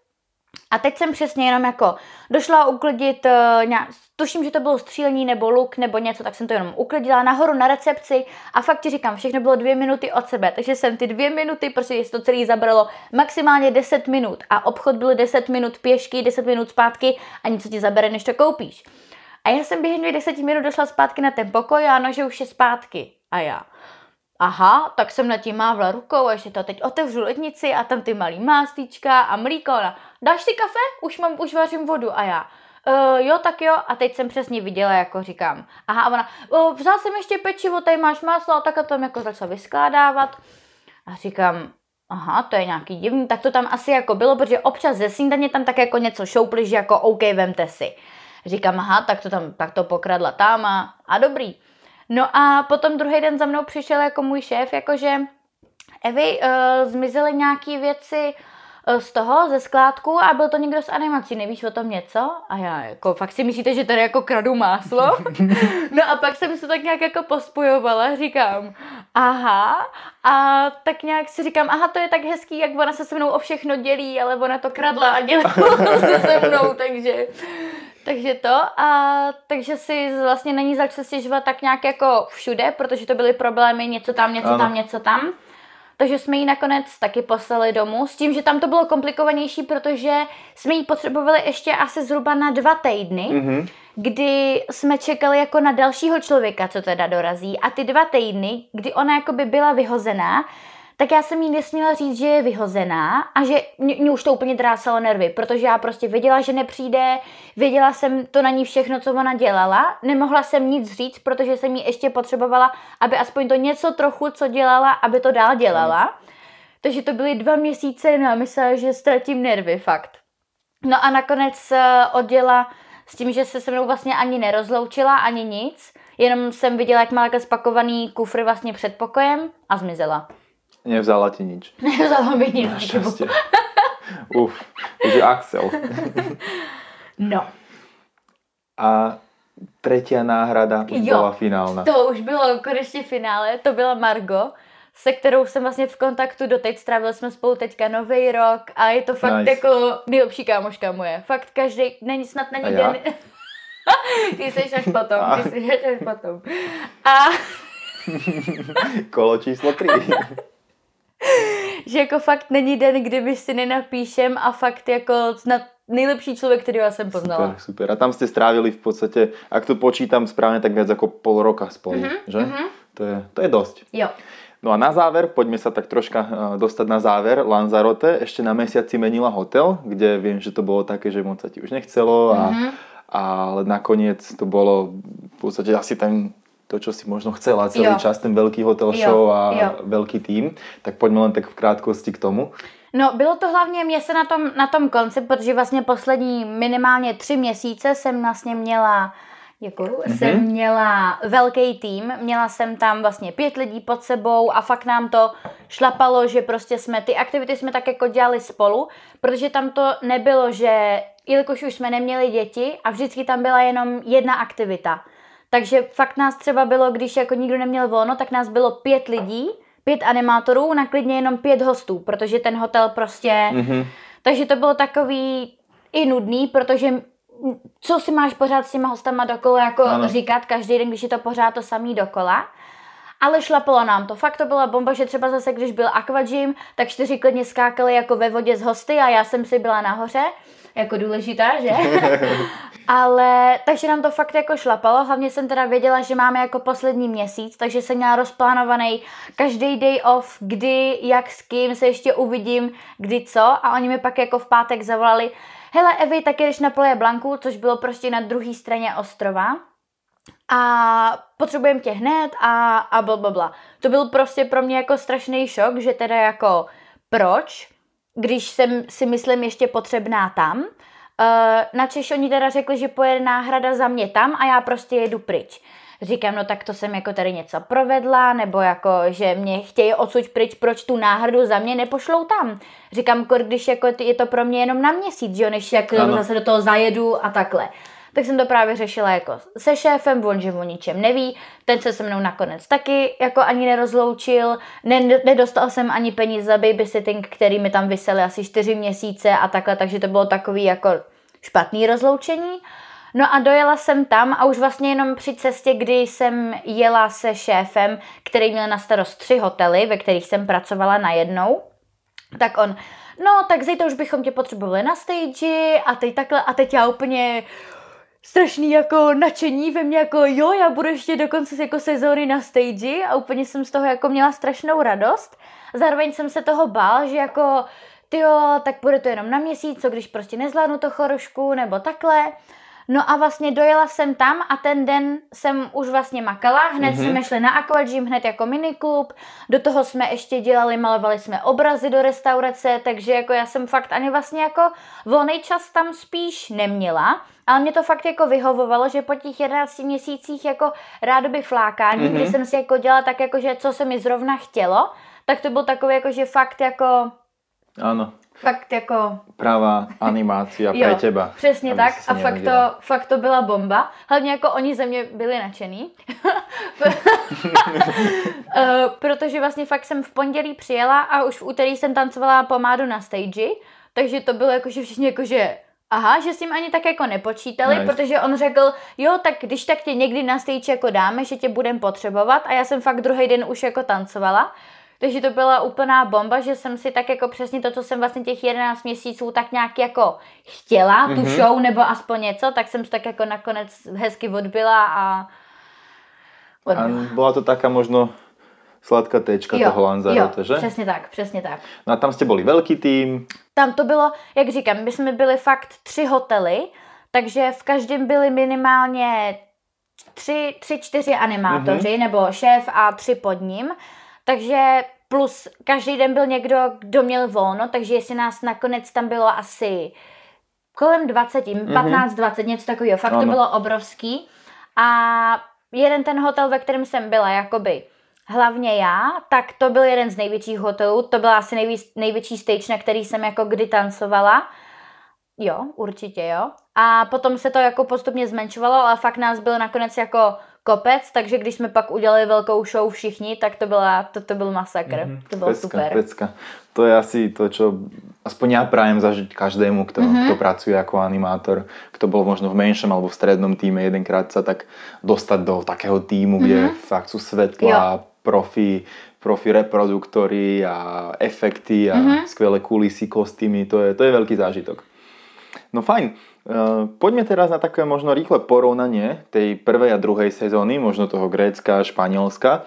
A teď jsem přesně jenom jako došla uklidit, uh, nějak, tuším, že to bylo střílení nebo luk nebo něco, tak jsem to jenom uklidila nahoru na recepci a fakt ti říkám, všechno bylo dvě minuty od sebe, takže jsem ty dvě minuty, prostě to celé zabralo maximálně deset minut a obchod byl deset minut pěšky, deset minut zpátky a něco ti zabere, než to koupíš. A já jsem během deseti minut došla zpátky na ten pokoj a ano, že už je zpátky. A já... Aha, tak jsem nad tím mávla rukou a ještě to teď otevřu lednici a tam ty malý máslíčka a mlíko. Ona, dáš si kafe? Už mám, už vařím vodu. A já, e, jo, tak jo. A teď jsem přesně viděla, jako říkám. Aha, a ona, o, vzal jsem ještě pečivo, tady máš máslo a tak a tam jako začala vyskládávat. A říkám, aha, to je nějaký divný, tak to tam asi jako bylo, protože občas ze snídaně tam tak jako něco šoupli, že jako OK, vemte si. Říkám, aha, tak to tam, tak to pokradla tam a, a dobrý. No a potom druhý den za mnou přišel jako můj šéf, jakože Evi, uh, zmizely nějaký věci uh, z toho, ze skládku a byl to někdo z animací, nevíš o tom něco? A já jako, fakt si myslíte, že tady jako kradu máslo? No a pak jsem se tak nějak jako pospojovala, říkám, aha, a tak nějak si říkám, aha, to je tak hezký, jak ona se se mnou o všechno dělí, ale ona to kradla a dělala se se mnou, takže... Takže to a takže si vlastně není začal stěžovat tak nějak jako všude, protože to byly problémy, něco tam, něco ano. tam, něco tam. Takže jsme ji nakonec taky poslali domů s tím, že tam to bylo komplikovanější, protože jsme ji potřebovali ještě asi zhruba na dva týdny, mm-hmm. kdy jsme čekali jako na dalšího člověka, co teda dorazí a ty dva týdny, kdy ona jakoby byla vyhozená, tak já jsem jí nesměla říct, že je vyhozená a že mě, mě už to úplně drásalo nervy, protože já prostě věděla, že nepřijde, věděla jsem to na ní všechno, co ona dělala, nemohla jsem nic říct, protože jsem jí ještě potřebovala, aby aspoň to něco trochu, co dělala, aby to dál dělala. Mm. Takže to byly dva měsíce, no a myslela, že ztratím nervy, fakt. No a nakonec odjela s tím, že se se mnou vlastně ani nerozloučila, ani nic, jenom jsem viděla, jak má takhle spakovaný kufr vlastně před pokojem a zmizela. Nevzala ti nič. Nevzala mi nic. Našťastie. Uf, je Axel. No. A tretia náhrada už jo, bola finálna. To už bylo konečně finále, to byla Margo, se kterou jsem vlastně v kontaktu doteď, strávili jsme spolu teďka nový rok a je to fakt nice. Jako nejlepší kámoška moje. Fakt každý, není snad není den. Ty jsi až potom, ty jsi až potom. A... Kolo číslo tři. Že jako fakt není den, kdyby si nenapíšem a fakt jako snad nejlepší člověk, který já jsem poznala. Super, super. A tam ste strávili v podstate, ak to počítam správne, tak viac ako pol roka spolu, mm-hmm, že? Mm-hmm. To je, to je dosť. Jo. No a na záver, poďme sa tak troška dostať na záver. Lanzarote ešte na mesiac si menila hotel, kde viem, že to bolo také, že moc sa ti už nechcelo, a, mm-hmm. ale nakoniec to bolo v podstate asi ten, to, čo si možno chcela celý jo. čas, ten veľký hotel show jo. a jo. veľký tým. Tak poďme len tak v krátkosti k tomu. No, bylo to hlavně mě se na tom, na tom konci, protože vlastně poslední minimálně tři měsíce jsem vlastně měla, děkuju, mm-hmm. jsem měla velký tým, měla jsem tam vlastně pět lidí pod sebou a fakt nám to šlapalo, že prostě jsme, ty aktivity jsme tak jako dělali spolu, protože tam to nebylo, že jelikož už jsme neměli děti a vždycky tam byla jenom jedna aktivita. Takže fakt nás třeba bylo, když jako nikdo neměl volno, tak nás bylo pět lidí, pět animátorů na klidně jenom pět hostů, protože ten hotel prostě... Mm-hmm. Takže to bylo takový i nudný, protože co si máš pořád s těma hostama dokola jako ano. říkat každý den, když je to pořád to samý dokola. Ale šlapalo nám to. Fakt to byla bomba, že třeba zase, když byl aquagym, tak čtyři klidně skákali jako ve vodě z hosty a já jsem si byla nahoře. Jako důležitá, že? Ale, takže nám to fakt jako šlapalo, hlavně jsem teda věděla, že máme jako poslední měsíc, takže jsem měla rozplánovaný každý day off, kdy, jak s kým se ještě uvidím, kdy co, a oni mi pak jako v pátek zavolali, hele Evi, tak jdeš na Playa Blanku, což bylo prostě na druhé straně ostrova a potřebujeme tě hned a, a blablabla. To byl prostě pro mě jako strašný šok, že teda jako proč, když jsem si myslím ještě potřebná tam. Na Češ oni teda řekli, že pojede náhrada za mě tam a já prostě jedu pryč. Říkám, no tak to jsem jako tady něco provedla, nebo jako, že mě chtějí odsud pryč, proč tu náhradu za mě nepošlou tam. Říkám, když jako je to pro mě jenom na měsíc, že jo, než jak zase do toho zajedu a takhle. Tak jsem to právě řešila jako se šéfem, on že o ničem neví, ten se se mnou nakonec taky jako ani nerozloučil, ne, nedostal jsem ani peníze za babysitting, který mi tam visely asi čtyři měsíce a takhle, takže to bylo takový jako špatný rozloučení. No a dojela jsem tam a už vlastně jenom při cestě, kdy jsem jela se šéfem, který měl na starost tři hotely, ve kterých jsem pracovala najednou, tak on, no tak zítra už bychom tě potřebovali na stage a teď takhle a teď já úplně... strašný jako nadšení ve mně, jako jo, já budu ještě do konce jako sezóny na stage a úplně jsem z toho jako měla strašnou radost. Zároveň jsem se toho bál, že jako tyjo, tak bude to jenom na měsíc, co když prostě nezvládnu to chorošku nebo takhle. No a vlastně dojela jsem tam a ten den jsem už vlastně makala, hned mm-hmm. jsme šli na aquagym, hned jako miniklub, do toho jsme ještě dělali, malovali jsme obrazy do restaurace, takže jako já jsem fakt ani vlastně jako volný čas tam spíš neměla, ale mě to fakt jako vyhovovalo, že po těch jedenácti měsících jako rádoby flákání, mm-hmm. kdy jsem si jako dělala tak jako, že co se mi zrovna chtělo, tak to byl takový jako, že fakt jako... Ano. Fakt jako... Pravá animácia pre teba. Přesně tak a fakt to, fakt to byla bomba. Hlavně jako oni ze mě byli nadšený. Protože vlastně fakt jsem v pondělí přijela a už v úterý jsem tancovala pomádu na stage, takže to bylo jako, že všichni jako, že aha, že s tím ani tak jako nepočítali, nice. Protože on řekl, jo, tak když tak tě někdy na stage jako dáme, že tě budem potřebovat a já jsem fakt druhý den už jako tancovala. Takže to byla úplná bomba, že jsem si tak jako přesně to, co jsem vlastně těch jedenáct měsíců tak nějak jako chtěla, tu mm-hmm. show nebo aspoň něco, tak jsem si tak jako nakonec hezky odbyla a... odbyla. A bola to taká možno sladká téčka toho Lanzarote, že? Přesně tak, přesně tak. No a tam jste byli velký tým. Tam to bylo, jak říkám, my jsme byli fakt tři hotely, takže v každém byli minimálně tři, tři čtyři animátoři, mm-hmm. nebo šéf a tři pod ním, takže plus každý den byl někdo, kdo měl volno, takže jestli nás nakonec tam bylo asi kolem dvacet, patnáct dvacet, něco takového, fakt ano. To bylo obrovský. A jeden ten hotel, ve kterém jsem byla, jakoby hlavně já, tak to byl jeden z největších hotelů, to byla asi nejvíc, největší stage, na který jsem jako kdy tancovala. Jo, určitě jo. A potom se to jako postupně zmenšovalo, ale fakt nás bylo nakonec jako kopec, takže když jsme pak udělali velkou show všichni, tak to, byla, to, to byl masakr. Mm-hmm. To bylo pecka, super. Pecka. To je asi to, čo aspoň ja prajem zažiť každému, kto, mm-hmm. kto pracuje ako animátor, kto bol možno v menšom alebo v strednom týme, jedenkrát sa tak dostať do takého týmu, mm-hmm. kde fakt sú svetlá, profi, profi reproduktory a efekty a mm-hmm. skvelé kulisy, kostýmy, to je, to je veľký zážitok. No fajn, uh, poďme teraz na také možno rýchle porovnanie tej prvej a druhej sezóny, možno toho Grécka a Španielska.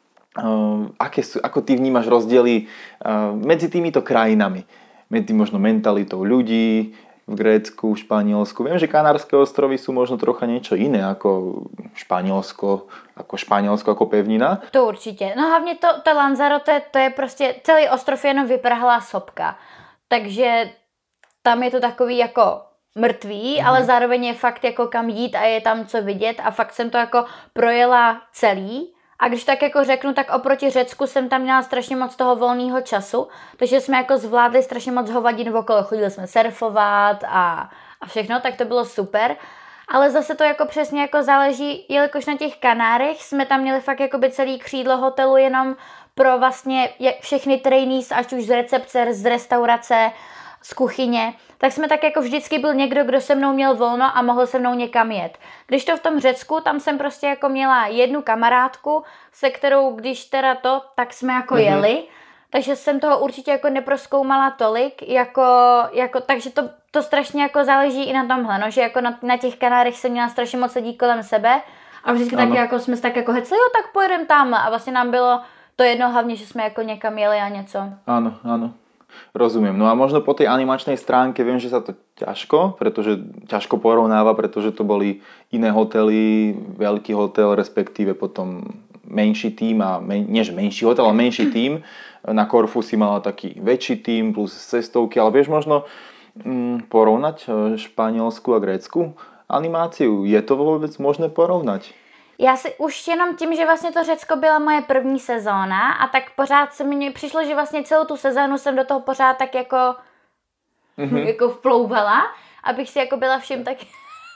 Uh, aké sú, ako ty vnímaš rozdiely uh, medzi týmito krajinami? Medzi možno mentalitou ľudí v Grécku, v Španielsku. Viem, že Kanárske ostrovy sú možno trocha niečo iné ako Španielsko, ako Španielsko, ako pevnina. To určitě. No hlavně to, to Lanzarote, to je prostě, celý ostrov je jenom vyprahlá sopka. Takže tam je to takový jako mrtvý, mm. ale zároveň je fakt jako kam jít a je tam co vidět a fakt jsem to jako projela celý. A když tak jako řeknu, tak oproti Řecku jsem tam měla strašně moc toho volného času, takže jsme jako zvládli strašně moc hovadin okolo, chodili jsme surfovat a, a všechno, tak to bylo super. Ale zase to jako přesně jako záleží, jelikož na těch Kanárech jsme tam měli fakt jakoby celý křídlo hotelu jenom pro vlastně všechny trainees, ať už z recepce, z restaurace, z kuchyně, tak jsme tak jako vždycky byl někdo, kdo se mnou měl volno a mohl se mnou někam jet. Když to v tom Řecku, tam jsem prostě jako měla jednu kamarádku, se kterou když teda to, tak jsme jako mm-hmm. jeli, takže jsem toho určitě jako neprozkoumala tolik, jako, jako, takže to, to strašně jako záleží i na tomhle, no, že jako na, na těch Kanárech jsem měla strašně moc lidí kolem sebe a vždycky tak jako jsme se tak jako hecli, jo, tak pojedem tam a vlastně nám bylo to jedno hlavně, že jsme jako někam jeli a něco. Áno, áno. Rozumiem. No a možno po tej animačnej stránke viem, že sa to ťažko, pretože ťažko porovnáva, pretože to boli iné hotely, veľký hotel, respektíve potom menší tím a men, nie že menší hotel, ale menší tím. Na Korfu si mala taký väčší tím plus cestovky, ale vieš možno mm, porovnať španielsku a grécku animáciu? Je to vôbec možné porovnať? Já si už jenom tím, že vlastně to Řecko byla moje první sezóna a tak pořád se mi přišlo, že vlastně celou tu sezónu jsem do toho pořád tak jako, mm-hmm. jako vplouvala, abych si jako byla všem tak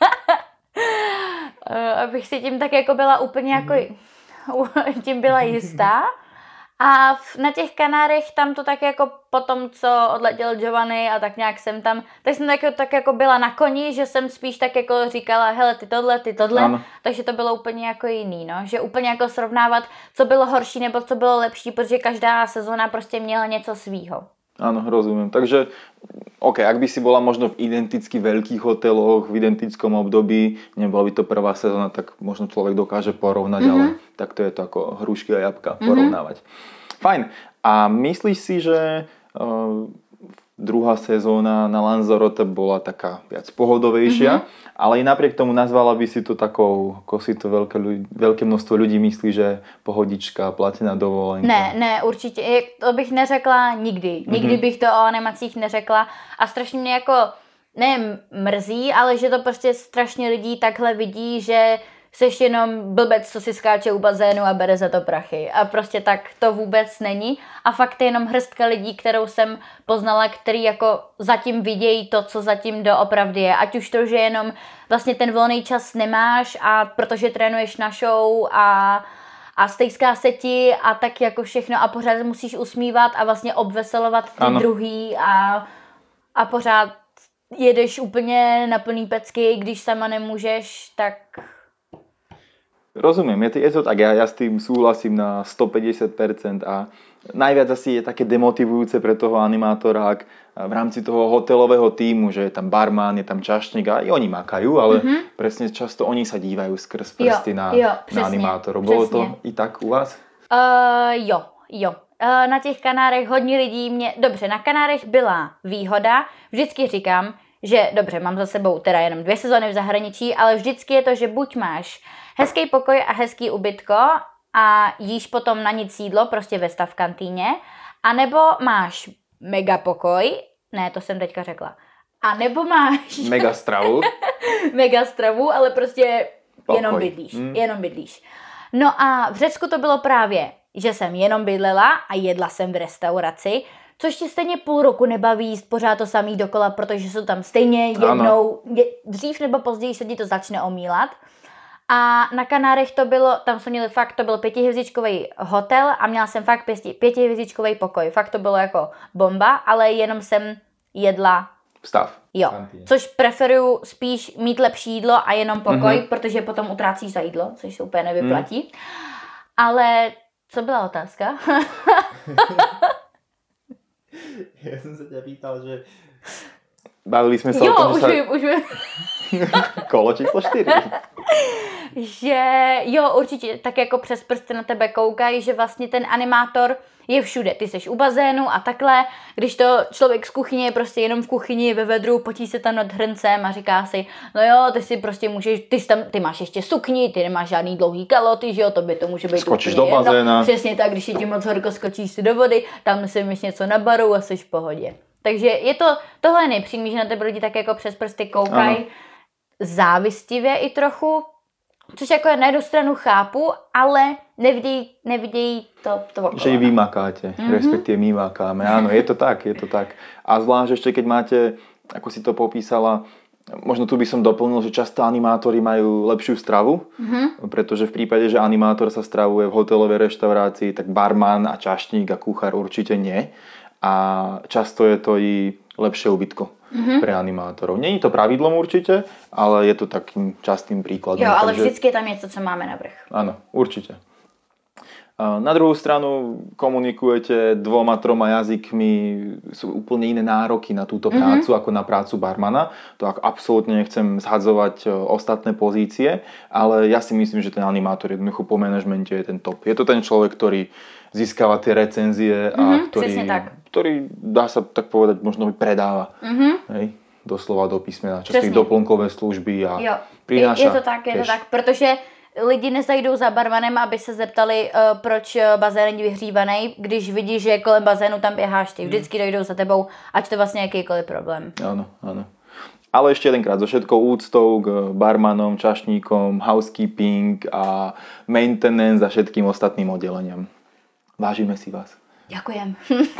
abych si tím tak jako byla úplně jako mm-hmm. tím byla jistá. A v, na těch Kanárech tam to tak jako potom, co odletěl Giovanni a tak nějak jsem tam, tak jsem tak, tak jako byla na koni, že jsem spíš tak jako říkala, hele, ty tohle, ty tohle, ano. Takže to bylo úplně jako jiný, no, že úplně jako srovnávat, co bylo horší nebo co bylo lepší, protože každá sezóna prostě měla něco svýho. Áno, rozumiem. Takže, OK, ak by si bola možno v identicky veľkých hoteloch, v identickom období, nebola by to prvá sezóna, tak možno človek dokáže porovnať, mm-hmm. ale takto je to ako hrušky a jabka, mm-hmm. porovnávať. Fajn. A myslíš si, že uh, druhá sezóna na Lanzarote bola taká viac pohodovejšia, mm-hmm. ale i napriek tomu nazvala by si to takou, ako si to veľké, ľudí, veľké množstvo ľudí myslí, že pohodička, platená dovolenka. Ne, ne, určitě, to bych neřekla nikdy. Nikdy mm-hmm. bych to o animacích neřekla a strašně mě jako, ne mrzí, ale že to prostě strašně lidí takhle vidí, že seš jenom blbec, co si skáče u bazénu a bere za to prachy. A prostě tak to vůbec není. A fakt je jenom hrstka lidí, kterou jsem poznala, který jako zatím vidějí to, co zatím doopravdy je. Ať už to, že jenom vlastně ten volný čas nemáš a protože trénuješ na show a, a stejská se ti a tak jako všechno a pořád musíš usmívat a vlastně obveselovat ty ano. druhý a, a pořád jedeš úplně na plný pecky, když sama nemůžeš, tak... Rozumiem, je to, je to tak, ja, ja s tým súhlasím na stopäťdesiat percent a najviac asi je také demotivujúce pre toho animátora, ak v rámci toho hotelového tímu, že je tam barman, je tam čašník a i oni makajú, ale mm-hmm. presne často oni sa dívajú skrz prsty jo, na, jo, na animátorov. Bolo to i tak u vás? Uh, jo, jo. Uh, na těch Kanárech hodně lidí mě... Dobře, na Kanárech byla výhoda. Vždycky říkám, že dobře, mám za sebou teda jenom dvě sezóny v zahraničí, ale vždycky je to, že buď máš hezký pokoj a hezký ubytko a jíš potom na nic jídlo, prostě ve stav kantýně, anebo máš mega pokoj, ne, to jsem teďka řekla, a nebo máš... Mega stravu. Mega stravu, ale prostě pokoj. jenom bydlíš, hmm. jenom bydlíš. No a v Řecku to bylo právě, že jsem jenom bydlela a jedla jsem v restauraci, což tě stejně půl roku nebaví jíst pořád to samý dokola, protože jsou tam stejně jednou, je, dřív nebo později se ti to začne omílat. A na Kanárech to bylo, tam jsme měli fakt, to byl pětihvězdičkový hotel a měla jsem fakt pěti, pětihvězdičkový pokoj. Fakt to bylo jako bomba, ale jenom jsem jedla Vstav. Jo, což preferuju spíš mít lepší jídlo a jenom pokoj, mm-hmm. protože potom utrácíš za jídlo, což se úplně nevyplatí. Mm. Ale co byla otázka? Já jsem se tě pýtal, že... Bavili jsme se jo, o tom, už že vím, už vím. Kolo číslo čtyři. Že jo, určitě, tak jako přes prsty na tebe koukají, že vlastně ten animátor je všude. Ty seš u bazénu a takhle, když to člověk z kuchyně je prostě jenom v kuchyni ve vedru, potí se tam nad hrncem a říká si, no jo, ty si prostě můžeš, ty, tam, ty máš ještě sukni, ty nemáš žádný dlouhý kaloty, že jo, to by to může být skočíš do bazéna. Jedno. Přesně tak, když je ti moc horko, skočíš si do vody, tam si myš něco na baru a jsi v pohodě. Takže je to, tohle je nejpříjemnější, že na tebe lidi tak jako přes prsty koukají, závistivě i trochu, což jako na jednu stranu chápu, ale nevidějí, nevidějí to, to okolo. Že ji vy makáte, mm-hmm. respektíve my makáme. Áno, je to tak, je to tak. A zvlášť ešte, keď máte, ako si to popísala, možno tu by som doplnil, že často animátori majú lepšiu stravu, mm-hmm. pretože v prípade, že animátor sa stravuje v hotelovej reštaurácii, tak barman a čašník a kuchár určite nie. A často je to i lepšie ubytko mm-hmm. pre animátorov. Nie je to pravidlom určite, ale je to takým častým príkladom. Jo, ale takže... vždycky je tam něco, co máme navrch. Áno, určite. Na druhú stranu komunikujete dvoma, troma jazykmi, sú úplne iné nároky na túto prácu mm-hmm. ako na prácu barmana. To absolútne nechcem zhadzovať ostatné pozície, ale ja si myslím, že ten animátor jednoducho po manažmente je ten top. Je to ten človek, ktorý získava tie recenzie a mm-hmm, ktorý, ktorý, dá sa tak povedať, možno predáva. Mm-hmm. Hej? Doslova do písmena. Často doplnkové služby a jo. prináša. Je to tak, je to tak, protože lidi nezajdou za barmanem, aby se zeptali, uh, proč bazén není vyhřívaný, když vidí, že kolem bazénu tam běháš ty. Vždycky dojdou za tebou, ať to vlastně jakýkoliv problém. Áno, áno. Ale ešte jedenkrát, so všetkou úctou k barmanom, čašníkom, housekeeping a maintenance a všetkým ostatným oddeleniam. Vážime si vás. Ďakujem.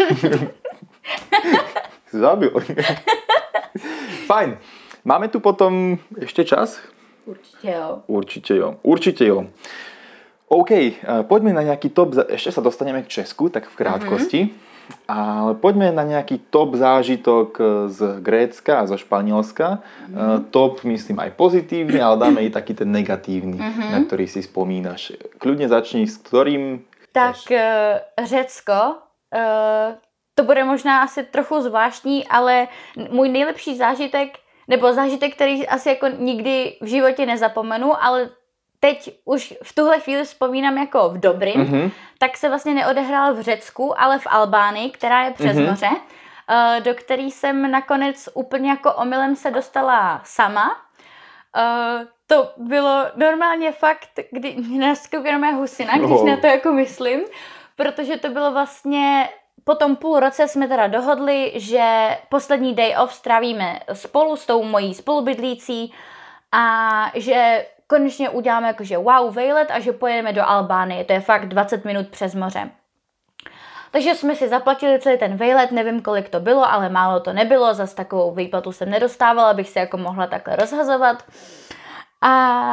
Zabil. Fajn. Máme tu potom ešte čas? Určite jo. Určite jo. Určite jo. OK, poďme na nejaký top, ešte sa dostaneme k Česku, tak v krátkosti. Mm-hmm. Ale poďme na nejaký top zážitok z Grécka a zo Španielska. Mm-hmm. Top, myslím, aj pozitívny, ale dáme i taký ten negatívny, mm-hmm. na ktorý si spomínaš. Kľudne začni s ktorým. Tak uh, Řecko, uh, to bude možná asi trochu zvláštní, ale můj nejlepší zážitek, nebo zážitek, který asi jako nikdy v životě nezapomenu, ale teď už v tuhle chvíli vzpomínám jako v dobrým, mm-hmm. tak se vlastně neodehrál v Řecku, ale v Albánii, která je přes mm-hmm. moře, uh, do který jsem nakonec úplně jako omylem se dostala sama. Uh, to bylo normálně fakt, kdy mě naskoukala moje husina, když oh. na to jako myslím, protože to bylo vlastně, po tom půl roce jsme teda dohodli, že poslední day off strávíme spolu s tou mojí spolubydlící a že konečně uděláme jakože wow vejlet a že pojedeme do Albánie, to je fakt dvacet minut přes moře. Takže jsme si zaplatili celý ten vejlet, nevím kolik to bylo, ale málo to nebylo, zas takovou výplatu jsem nedostávala, abych se jako mohla takhle rozhazovat. A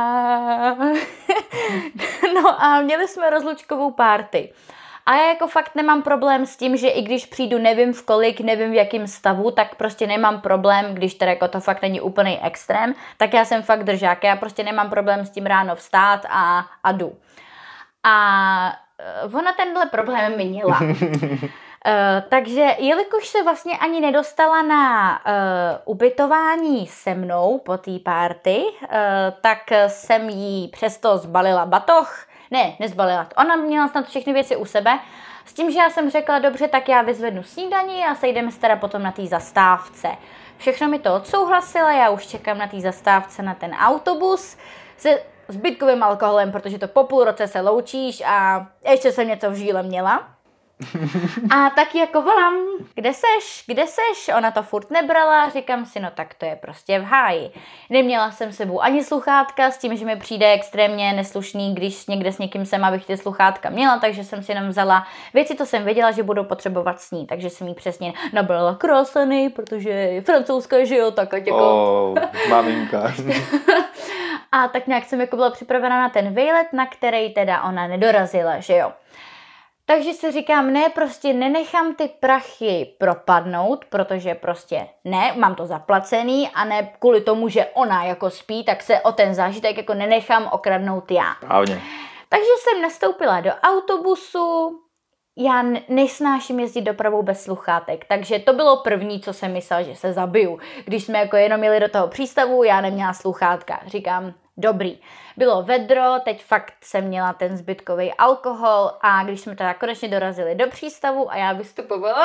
no a měli jsme rozlučkovou party. A já jako fakt nemám problém s tím, že i když přijdu nevím v kolik, nevím v jakém stavu, tak prostě nemám problém, když teda jako to fakt není úplný extrém, tak já jsem fakt držák, já prostě nemám problém s tím ráno vstát a, a jdu. A ona tenhle problém měla. Uh, takže jelikož se vlastně ani nedostala na uh, ubytování se mnou po té party, uh, tak jsem jí přesto zbalila batoh, Ne, nezbalila. Ona měla snad všechny věci u sebe. S tím, že já jsem řekla, dobře, tak já vyzvednu snídaní a sejdeme se teda potom na té zastávce. Všechno mi to odsouhlasila, já už čekám na té zastávce na ten autobus se zbytkovým alkoholem, protože to po půl roce se loučíš a ještě jsem něco v žíle měla. A tak jako volám, kde seš, kde seš? Ona to furt nebrala, říkám si, no tak to je prostě v háji. Neměla jsem sebou ani sluchátka, s tím, že mi přijde extrémně neslušný, když někde s někým jsem, abych ty sluchátka měla, takže jsem si jenom vzala věci, to jsem věděla, že budou potřebovat s ní, takže jsem jí přesně nabrala krásany, protože je francouzská, že jo, tak ať jako... Oh, maminka. A tak nějak jsem jako byla připravena na ten výlet, na který teda ona nedorazila, že jo. Takže si říkám, ne, prostě nenechám ty prachy propadnout, protože prostě ne, mám to zaplacený a ne kvůli tomu, že ona jako spí, tak se o ten zážitek jako nenechám okradnout já. Právně. Takže jsem nastoupila do autobusu, já nesnáším jezdit dopravou bez sluchátek, takže to bylo první, co jsem myslela, že se zabiju. Když jsme jako jenom jeli do toho přístavu, já neměla sluchátka. Říkám, dobrý. Bylo vedro, teď fakt jsem měla ten zbytkový alkohol a když jsme teda konečně dorazili do přístavu a já vystupovala,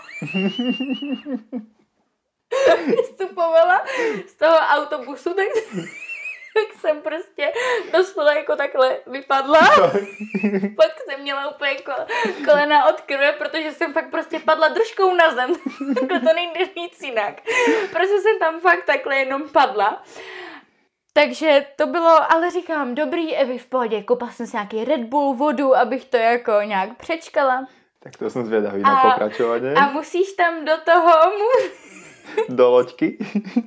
vystupovala z toho autobusu, tak, tak jsem prostě doslova jako takhle vypadla. Pak jsem měla úplně kolena od krve, protože jsem fakt prostě padla držkou na zem. Takhle to nejde říct jinak. Prostě jsem tam fakt takhle jenom padla. Takže to bylo, ale říkám, dobrý, Evi, v pohodě, koupila jsem si nějaký Red Bull, vodu, abych to jako nějak přečkala. Tak to jsem zvědavý na pokračování. A musíš tam do toho, mu... do loďky.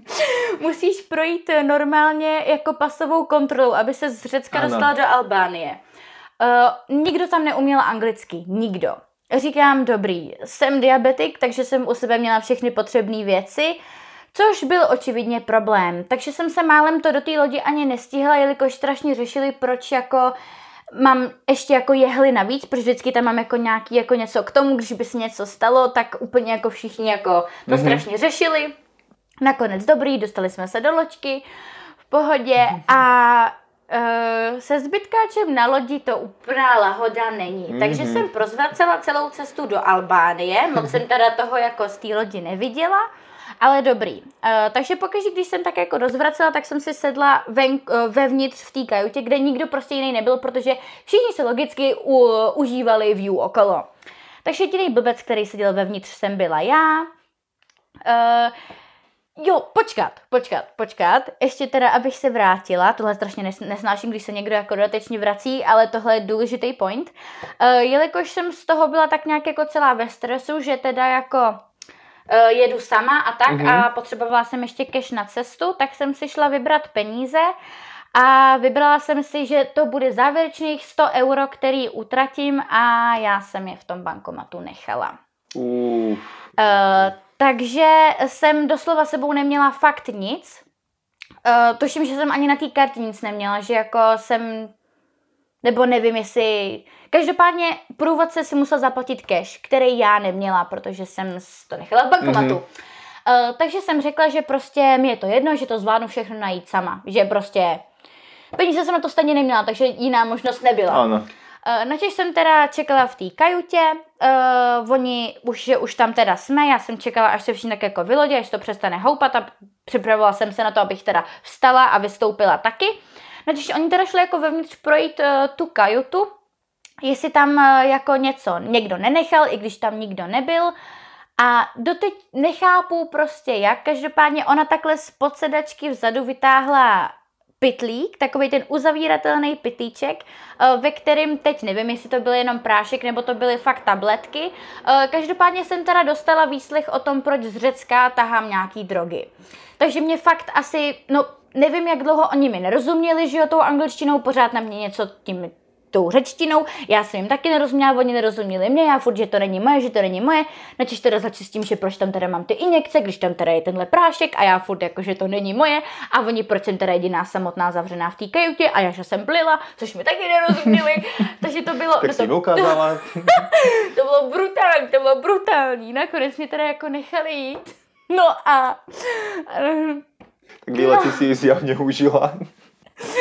musíš projít normálně jako pasovou kontrolu, aby se z Řecka ano. dostala do Albánie. Uh, nikdo tam neuměl anglicky, nikdo. Říkám, dobrý, jsem diabetik, takže jsem u sebe měla všechny potřebné věci, což byl očividně problém. Takže jsem se málem to do té lodi ani nestihla, jelikož strašně řešili, proč jako mám ještě jako jehly navíc, protože vždycky tam mám jako nějaký jako něco k tomu, když by se něco stalo, tak úplně jako všichni jako to mm-hmm. strašně řešili. Nakonec dobrý, dostali jsme se do loďky v pohodě a uh, se zbytkáčem na lodi to úplná lahoda není. Mm-hmm. Takže jsem prozvracela celou cestu do Albánie, moc jsem teda toho jako z té lodi neviděla. Ale dobrý. Uh, takže pokaždé, když jsem tak jako rozvracela, tak jsem si sedla ven, uh, vevnitř v té kajutě, kde nikdo prostě jiný nebyl, protože všichni se logicky u, užívali view okolo. Takže jediný blbec, který seděl vevnitř, jsem byla já. Uh, jo, počkat, počkat, počkat. Ještě teda, abych se vrátila. Tohle strašně nes, nesnáším, když se někdo jako dodatečně vrací, ale tohle je důležitý point. Uh, jelikož jsem z toho byla tak nějak jako celá ve stresu, že teda jako... Uh, jedu sama a tak mm-hmm. a potřebovala jsem ještě cash na cestu, tak jsem si šla vybrat peníze a vybrala jsem si, že to bude závěrečných sto euro, který utratím a já jsem je v tom bankomatu nechala. Uh. Uh, takže jsem doslova sebou neměla fakt nic. Uh, tuším, že jsem ani na té kartě nic neměla, že jako jsem... Nebo nevím, jestli... Každopádně průvodce si musel zaplatit cash, který já neměla, protože jsem to nechala v bankomatu. Mm-hmm. Uh, takže jsem řekla, že prostě mi je to jedno, že to zvládnu všechno najít sama. Že prostě peníze jsem na to stejně neměla, takže jiná možnost nebyla. Ano. Uh, načež jsem teda čekala v té kajutě, uh, oni už, že už tam teda jsme, já jsem čekala, až se všichni tak jako vylodí, až to přestane houpat a připravovala jsem se na to, abych teda vstala a vystoupila taky. Načež oni teda šli jako vevnitř projít uh, tu kajutu, jestli tam uh, jako něco někdo nenechal, i když tam nikdo nebyl. A doteď nechápu prostě jak, každopádně ona takhle z podsedačky vzadu vytáhla pytlík, takový ten uzavíratelný pytlíček, ve kterým teď nevím, jestli to byl jenom prášek, nebo to byly fakt tabletky. Každopádně jsem teda dostala výslech o tom, proč z Řecka tahám nějaký drogy. Takže mě fakt asi, no nevím, jak dlouho oni mi nerozuměli, že jo, tou angličtinou, pořád na mě něco tím tou řečtinou, já jsem jim taky nerozuměla, oni nerozuměli mě, já furt, že to není moje, že to není moje, načež teda začít s tím, že proč tam teda mám ty injekce, když tam teda je tenhle prášek a já furt jako, že to není moje a oni proč jsem teda jediná samotná zavřená v té kajutě a já, že jsem plila, což mi taky nerozuměli, takže to bylo... Tak no si to, ukázala. To bylo brutální, to bylo brutální, nakonec mě teda jako nechali jít, no a... Tak výlet si si zjavně užila.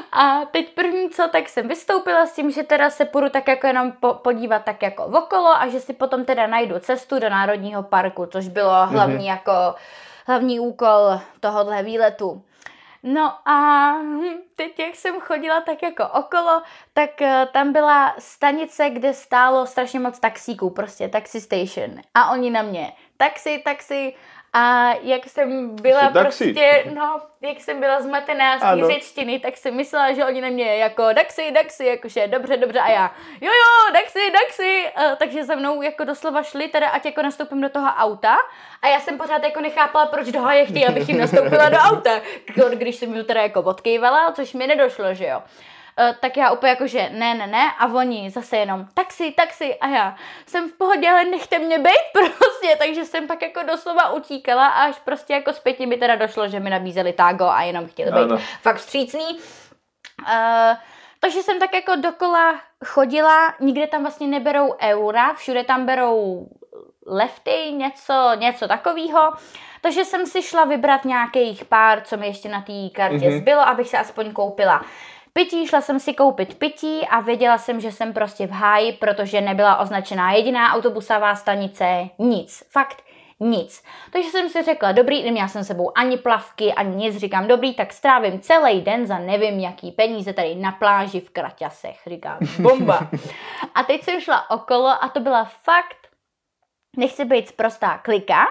A teď první co, tak jsem vystoupila s tím, že teda se půjdu tak jako jenom po, podívat tak jako okolo a že si potom teda najdu cestu do Národního parku, což bylo hlavní mm-hmm. jako hlavní úkol tohohle výletu. No a teď, jak jsem chodila tak jako okolo, tak tam byla stanice, kde stálo strašně moc taxíků, prostě taxi station. A oni na mě, taxi, taxi. A jak jsem byla prostě, no, jak jsem byla zmatená z té řečtiny, tak jsem myslela, že oni na mě jako daxi, daxi, jakože dobře, dobře a já jo, jo, daxi, daxi. Uh, takže za mnou jako doslova šli, teda ať jako nastoupím do toho auta a já jsem pořád jako nechápala, proč do háje chtějí, abych jim nastoupila do auta, když jsem mi to teda jako odkývala, což mi nedošlo, že jo. Uh, tak já úplně jako, že ne, ne, ne a oni zase jenom taxi, taxi a já jsem v pohodě, ale nechte mě bejt prostě, takže jsem pak jako doslova utíkala a až prostě jako zpětně mi teda došlo, že mi nabízeli tágo a jenom chtěli být ano. fakt vstřícný. Uh, takže jsem tak jako dokola chodila, nikde tam vlastně neberou eura, všude tam berou lefty, něco, něco takového. Takže jsem si šla vybrat nějakých pár, co mi ještě na té kartě mm-hmm. zbylo, abych se aspoň koupila pití, šla jsem si koupit pití a věděla jsem, že jsem prostě v háji, protože nebyla označená jediná autobusová stanice, nic, fakt nic. Takže jsem si řekla, dobrý, neměla jsem sebou ani plavky, ani nic, říkám, dobrý, tak strávím celý den za nevím jaký peníze tady na pláži v Kraťasech, říkám, bomba. A teď jsem šla okolo a to byla fakt, nechci být sprostá klika,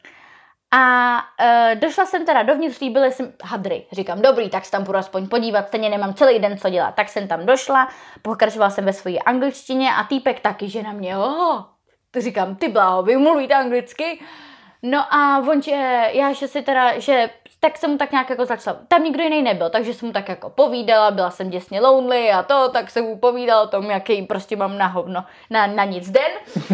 a e, došla jsem teda dovnitř, byly jsem hadry. Říkám, dobrý, tak se tam půjdu aspoň podívat, stejně nemám celý den co dělat. Tak jsem tam došla, pokračovala jsem ve své angličtině a týpek taky, že na mě, oh, to říkám, ty bláho, vy mluvíte anglicky? No a on, že já, že si teda, že tak jsem mu tak nějak jako začala, tam nikdo jiný nebyl, takže jsem mu tak jako povídala, byla jsem děsně lonely a to, tak jsem mu povídala o tom, jaký prostě mám na hovno, na, na nic den.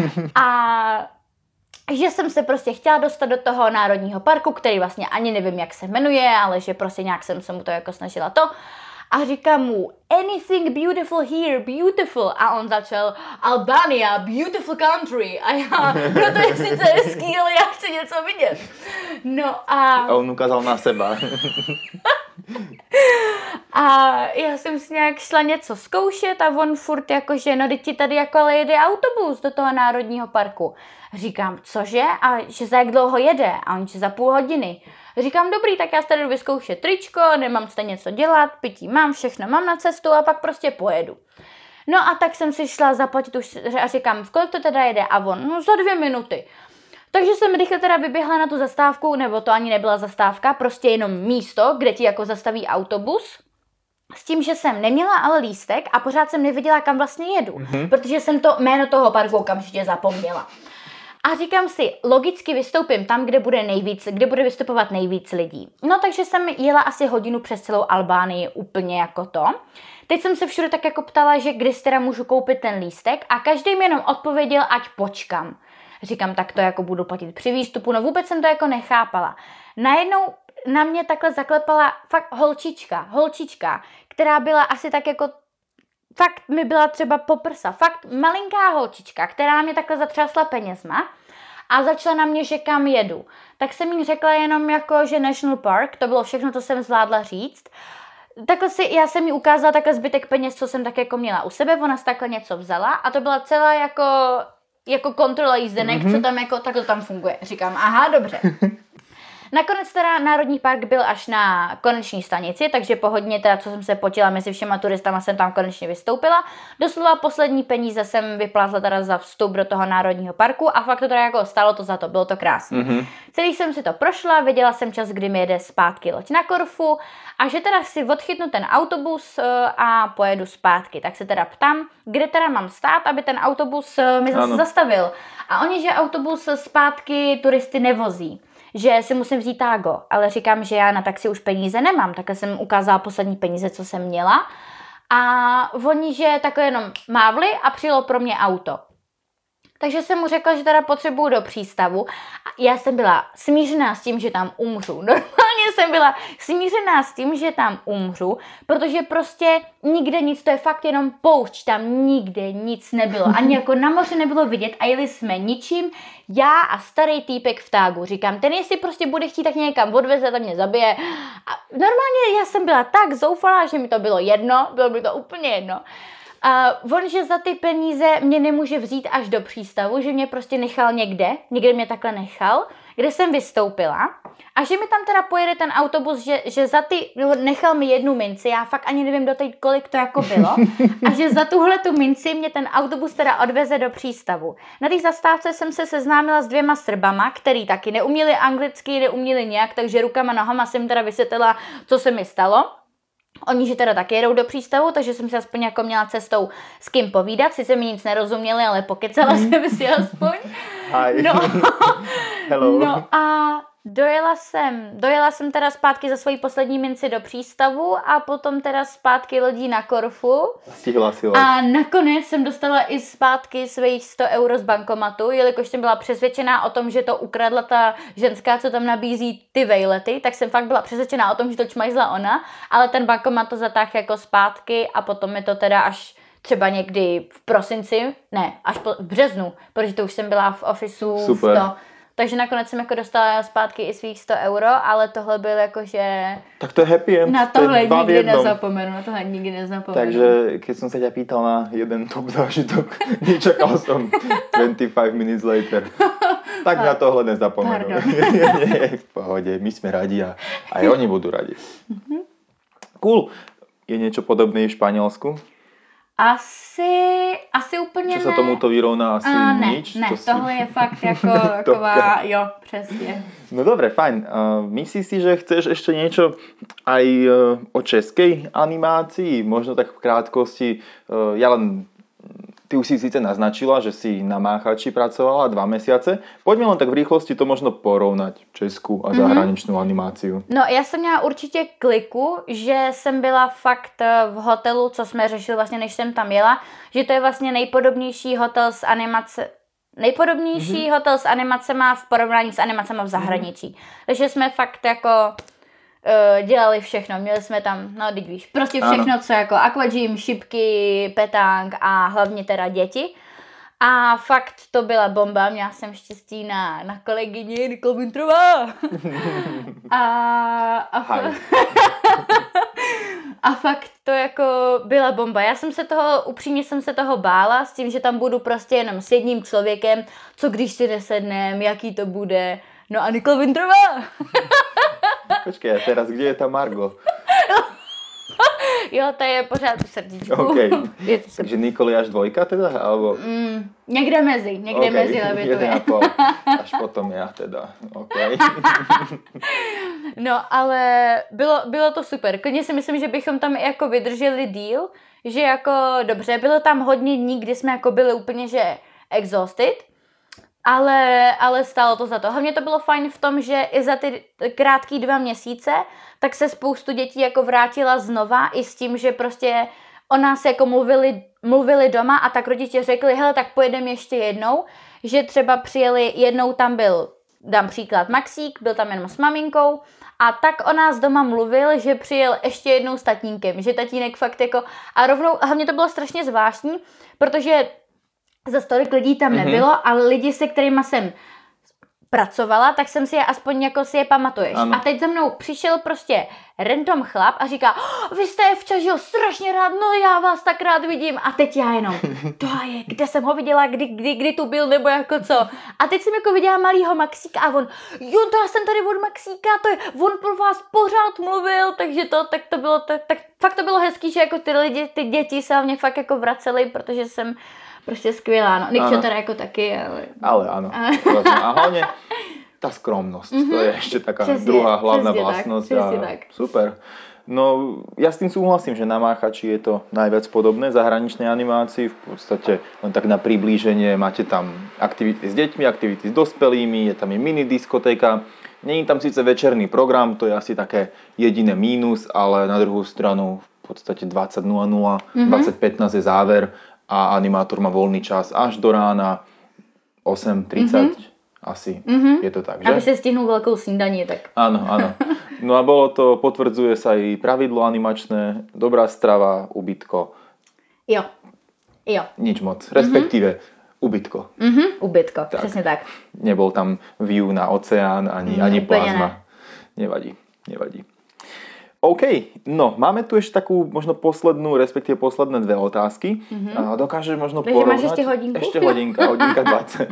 A že jsem se prostě chtěla dostat do toho národního parku, který vlastně ani nevím, jak se jmenuje, ale že prostě nějak jsem se mu to jako snažila to. A říkám mu, anything beautiful here, beautiful. A on začal, Albania, beautiful country. A já, no to je sice hezký, ale já chci něco vidět. No a... A on ukázal na seba. A já jsem si nějak šla něco zkoušet a on furt jakože, no teď ti tady jako ale jede autobus do toho národního parku. Říkám, cože? A že za jak dlouho jede? A on že za půl hodiny. Říkám, dobrý, tak já si tady jdu vyzkoušet tričko, nemám stejně co dělat, pití mám, všechno mám na cestu a pak prostě pojedu. No a tak jsem si šla zaplatit už a říkám, v kolik to teda jede? A on, no za dvě minuty. Takže jsem rychle teda vyběhla na tu zastávku, nebo to ani nebyla zastávka, prostě jenom místo, kde ti jako zastaví autobus. S tím, že jsem neměla ale lístek a pořád jsem nevěděla, kam vlastně jedu, mm-hmm. protože jsem to jméno toho parku okamžitě zapomněla. A říkám si, logicky vystoupím tam, kde bude nejvíc, kde bude vystupovat nejvíc lidí. No takže jsem jela asi hodinu přes celou Albánii úplně jako to. Teď jsem se všude tak jako ptala, že kdy si teda můžu koupit ten lístek a každý mi jenom odpověděl, ať počkám. Říkám, tak to jako budu platit při výstupu, no vůbec jsem to jako nechápala. Najednou na mě takhle zaklepala fakt holčička, holčička, která byla asi tak jako, fakt mi byla třeba po prsa, fakt malinká holčička, která na mě takhle zatřásla penězma a začala na mě, že kam jedu. Tak jsem jí řekla jenom jako, že National Park, to bylo všechno, co jsem zvládla říct. Takhle si, já jsem jí ukázala takhle zbytek peněz, co jsem tak jako měla u sebe, ona si takhle něco vzala a to byla celá jako... jako kontrola jízdenek, mm-hmm. co tam jako, takhle tam funguje. Říkám, aha, dobře. Nakonec teda Národní park byl až na koneční stanici, takže pohodně teda, co jsem se potila mezi všema turistama, jsem tam konečně vystoupila. Doslova poslední peníze jsem vyplátila teda za vstup do toho Národního parku a fakt to teda jako stálo to za to, bylo to krásné. Mm-hmm. Celý jsem si to prošla, věděla jsem čas, kdy mi jede zpátky loď na Korfu a že teda si odchytnu ten autobus a pojedu zpátky. Tak se teda ptám, kde teda mám stát, aby ten autobus mi zase zastavil. A oni, že autobus zpátky turisty nevozí, že si musím vzít tágo, ale říkám, že já na taxi už peníze nemám, takhle jsem ukázala poslední peníze, co jsem měla a oni, že takhle jenom mávli a přijelo pro mě auto. Takže jsem mu řekla, že teda potřebuju do přístavu a já jsem byla smířená s tím, že tam umřu. Normálně Normálně jsem byla smířená s tím, že tam umřu, protože prostě nikde nic, to je fakt jenom poušť, tam nikde nic nebylo. Ani jako na moře nebylo vidět a jeli jsme ničím. Já a starý týpek v tágu. Říkám, ten jestli prostě bude chtít, tak někam odveze, tak mě zabije. A normálně já jsem byla tak zoufalá, že mi to bylo jedno, bylo mi to úplně jedno. A on, že za ty peníze mě nemůže vzít až do přístavu, že mě prostě nechal někde, někde mě takhle nechal, kde jsem vystoupila a že mi tam teda pojede ten autobus, že, že za ty, nechal mi jednu minci, já fakt ani nevím doteď, kolik to jako bylo, a že za tuhle tu minci mě ten autobus teda odveze do přístavu. Na té zastávce jsem se seznámila s dvěma Srbama, který taky neuměli anglicky, neuměli nějak, takže rukama, nohama jsem teda vysvětlila, co se mi stalo. Oni, že teda taky jedou do přístavu, takže jsem si aspoň jako měla cestou s kým povídat. Sice mi nic nerozuměli, ale pokecala jsem si aspoň. Hi. No. Hello. No a dojela jsem, dojela jsem teda zpátky za svojí poslední minci do přístavu a potom teda zpátky lodí na Korfu. Stihla si loď. A nakonec jsem dostala i zpátky svých sto euro z bankomatu, jelikož jsem byla přesvědčená o tom, že to ukradla ta ženská, co tam nabízí ty vejlety, tak jsem fakt byla přesvědčená o tom, že to čmajzla ona, ale ten bankomat to zatáhl jako zpátky a potom mi to teda až třeba někdy v prosinci, ne, až po, v březnu, protože to už jsem byla v ofisu. Super. To. Takže nakonec jsem jako dostala zpátky i svých sto euro, ale tohle byl jakože... Tak to je happy end. Na to je tohle dva v nikdy jednom. nezapomenu, na tohle nikdy nezapomenu. Takže keď som sa ťa pýtal na jeden top zážitok, nečakal som dvadsaťpäť minutes later. Tak na tohle nezapomenu. Nie, nie, v pohode, my sme radi a aj oni budú radi. Cool. Je niečo podobné v Španielsku? Asi, asi úplně Čo sa ne. tomuto vyrovná asi A ne, nič? ne, Čo si- tohle je fakt jako taková, jo, přesně. No dobre, fajn. Uh, myslíš si, že chceš ešte niečo aj uh, o českej animácii? Možno tak v krátkosti. Uh, ja len... Ty už si síce naznačila, že si na Máchači pracovala dva mesiace. Poďme len tak v rýchlosti to možno porovnať českú a zahraničnú mm-hmm. animáciu. No, já jsem měla určitě kliku, že jsem byla fakt v hotelu, co jsme řešili vlastně, než jsem tam jela, že to je vlastně nejpodobnější hotel s animace, nejpodobnější mm-hmm. hotel s animacema v porovnání s animacema v zahraničí. Mm-hmm. Takže jsme fakt jako uh, dělali všechno, měli jsme tam, no teď víš, prostě všechno, ano. Co jako aquagym, šipky, petang a hlavně teda děti. A fakt to byla bomba, měla jsem štěstí na, na kolegyni Nicole Vintrová. a, a, fa- a fakt to jako byla bomba. Já jsem se toho, upřímně jsem se toho bála s tím, že tam budu prostě jenom s jedním člověkem, co když si nesednem, jaký to bude. No a Nicole Vintrová. Počkej, a teraz kde je tá Margo? Jo, to je pořád v srdíčku. Okay. Je to Takže Nicole je až dvojka teda? Alebo... Mm, někde mezi, někde okay. mezi levituje. jeden a pol. Až potom já teda. Okay. No, ale bylo, bylo to super. Klidně si myslím, že bychom tam jako vydrželi díl, že jako dobře, bylo tam hodně dní, kdy jsme jako byli úplně, že exhausted, ale, ale stálo to za to. Hlavně to bylo fajn v tom, že i za ty krátký dva měsíce, tak se spoustu dětí jako vrátila znova i s tím, že prostě o nás jako mluvili, mluvili doma a tak rodiče řekli, hele, tak pojedeme ještě jednou, že třeba přijeli, jednou tam byl, dám příklad, Maxík, byl tam jenom s maminkou a tak o nás doma mluvil, že přijel ještě jednou s tatínkem, že tatínek fakt jako, a rovnou, hlavně to bylo strašně zvláštní, protože za tolik lidí tam nebylo, mm-hmm. ale lidi, se kterými jsem pracovala, tak jsem si je aspoň jako si je pamatuješ. Ano. A teď za mnou přišel prostě random chlap a říká, oh, vy jste včas, jo, strašně rád, no já vás tak rád vidím. A teď já jenom, to je, kde jsem ho viděla, kdy, kdy, kdy tu byl, nebo jako co. A teď jsem jako viděla malýho Maxíka a on, jo, to já jsem tady od Maxíka, to je, on pro vás pořád mluvil, takže to, tak to bylo, tak, tak fakt to bylo hezký, že jako ty lidi, ty děti se mě fakt jako vraceli, protože jsem prostě skvělá, no. Nikčo teda jako taky, ale... Ale áno. A hlavne tá skromnosť, mm-hmm. to je ešte taká přesne, druhá hlavná vlastnosť. Tak, a tak. Super. No, ja s tým súhlasím, že na Máchači je to najviac podobné zahraničnej animácii. V podstate len tak na priblíženie máte tam aktivity s deťmi, aktivity s dospelými, je tam je mini diskotéka. Nie je tam síce večerný program, to je asi také jediné mínus, ale na druhú stranu v podstate dvadsať nula nula, mm-hmm. dvadsať pätnásť je záver a animátor má voľný čas až do rána osem tridsať, mm-hmm. asi. Mm-hmm. Je to tak, že? Aby se stihnul veľkou snídaní, tak. Áno, áno. No a bolo to, potvrdzuje sa i pravidlo animačné, dobrá strava, ubytko. Jo, jo. Nič moc, respektíve mm-hmm. ubytko. Mhm, ubytko, tak. Přesně tak. Nebol tam view na oceán, ani, mm, ani plazma. Ne. Nevadí, nevadí. OK, no, máme tu ešte takú možno poslednú, respektíve posledné dve otázky. Mm-hmm. Dokážeš možno Takže porovnať... máš ešte hodinku? Ešte hodinka, hodinka dvadsať.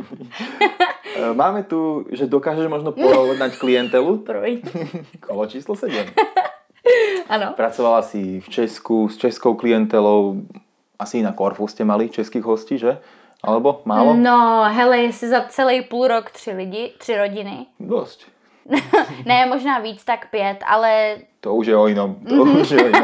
Máme tu, že dokážeš možno porovnať klientelu. Promiň. Kolo číslo sedem. Ano. Pracovala si v Česku s českou klientelou, asi na Korfu ste mali českých hostí, že? Alebo málo? No, hele, jestli za celý půl rok tři lidi, tři rodiny. Dosť. Ne, možná víc, tak pět, ale... To už je o inom. To už je o inom.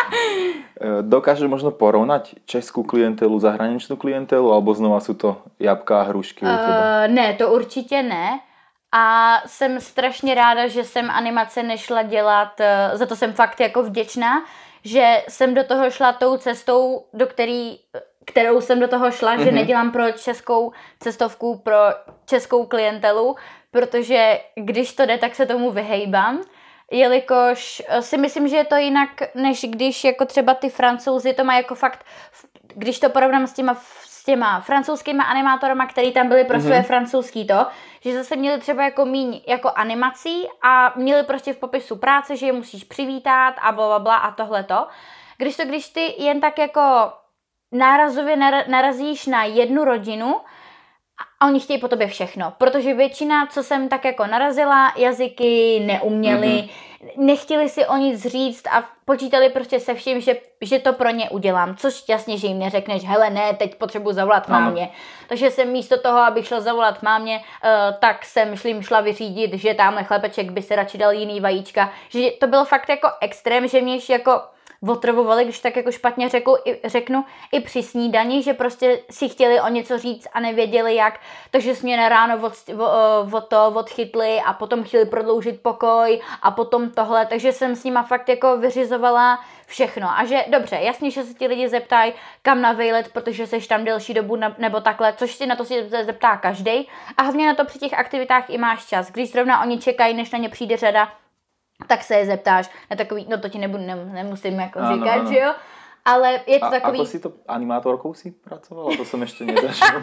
Dokážeš možno porovnať českú klientelu, zahraničnú klientelu, alebo znova sú to jabka a hrušky u teba? Uh, ne, to určitě ne. A jsem strašně ráda, že jsem animace nešla dělat, uh, za to jsem fakt jako vděčná, že jsem do toho šla tou cestou, do který, kterou jsem do toho šla, mm-hmm. že nedělám pro českou cestovku, pro českou klientelu, protože když to jde, tak se tomu vyhejbám, jelikož si myslím, že je to jinak, než když jako třeba ty Francouzi to mají jako fakt, když to porovnám s těma, s těma francouzskýma animátorama, který tam byli pro mm-hmm. své francouzský to, že zase měli třeba jako míň jako animací a měli prostě v popisu práce, že je musíš přivítat a blablabla a tohleto. Když to, když ty jen tak jako nárazově narazíš na jednu rodinu, a oni chtějí po tobě všechno, protože většina, co jsem tak jako narazila, jazyky neuměli, mm-hmm. nechtěli si o nic říct a počítali prostě se vším, že, že to pro ně udělám, což jasně, že jim neřekneš, hele ne, teď potřebuji zavolat mámě. Takže jsem místo toho, abych šla zavolat mámě, uh, tak jsem šlím šla vyřídit, že tamhle chlapeček by se radši dal jiný vajíčka, že to bylo fakt jako extrém, že mě jako otrvovali, když tak jako špatně řekl, řeknu, i při snídani, že prostě si chtěli o něco říct a nevěděli jak, takže jsme na ráno od, od to odchytli a potom chtěli prodloužit pokoj a potom tohle, takže jsem s nima fakt jako vyřizovala všechno. A že dobře, jasně, že se ti lidi zeptají, kam na vejlet, protože seš tam delší dobu nebo takhle, což si na to si zeptá každej. A hlavně na to při těch aktivitách i máš čas. Když zrovna oni čekají, než na ně přijde řada, tak se je zeptáš na takový, no to ti nebudu, nemusím jako ano, říkat, ano. Že jo? Ale je to a, takový... Ako si to animátorkou si pracovala? To jsem ještě nezažil.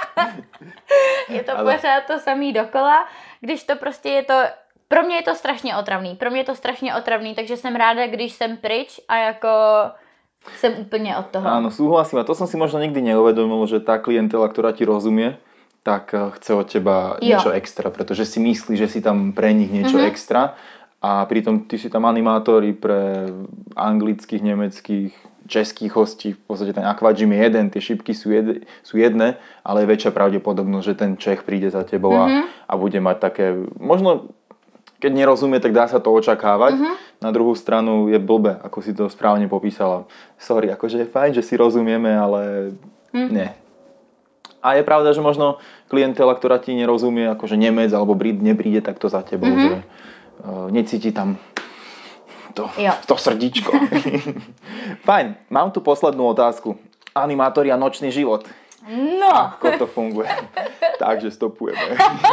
Je to ale... pořád to samý dokola, když to prostě je to, pro mě je to strašně otravný, pro mě je to strašně otravný, takže jsem ráda, když jsem pryč a jako jsem úplně od toho. Áno, súhlasím a to som si možno nikdy neuvedomil, že tá klientela, ktorá ti rozumie, tak chce od teba jo. niečo extra, pretože si myslí, že si tam pre nich niečo mm-hmm. extra. A pritom ty si tam animátori pre anglických, nemeckých, českých hostí. V podstate ten aquagym je jeden, tie šipky sú, jed, sú jedné, ale je väčšia pravdepodobnosť, že ten Čech príde za tebou mm-hmm. a, a bude mať také... Možno, keď nerozumie, tak dá sa to očakávať. Mm-hmm. Na druhú stranu je blbé, ako si to správne popísala. Sorry, akože je fajn, že si rozumieme, ale mm. nie. A je pravda, že možno klientela, ktorá ti nerozumie, akože Nemec alebo Brit nepríde takto za tebou, mm-hmm. že Uh, necíti tam to, to srdíčko. Fajn, mám tu poslednú otázku. Animátori a nočný život. No. Ako to funguje? Takže stopujeme.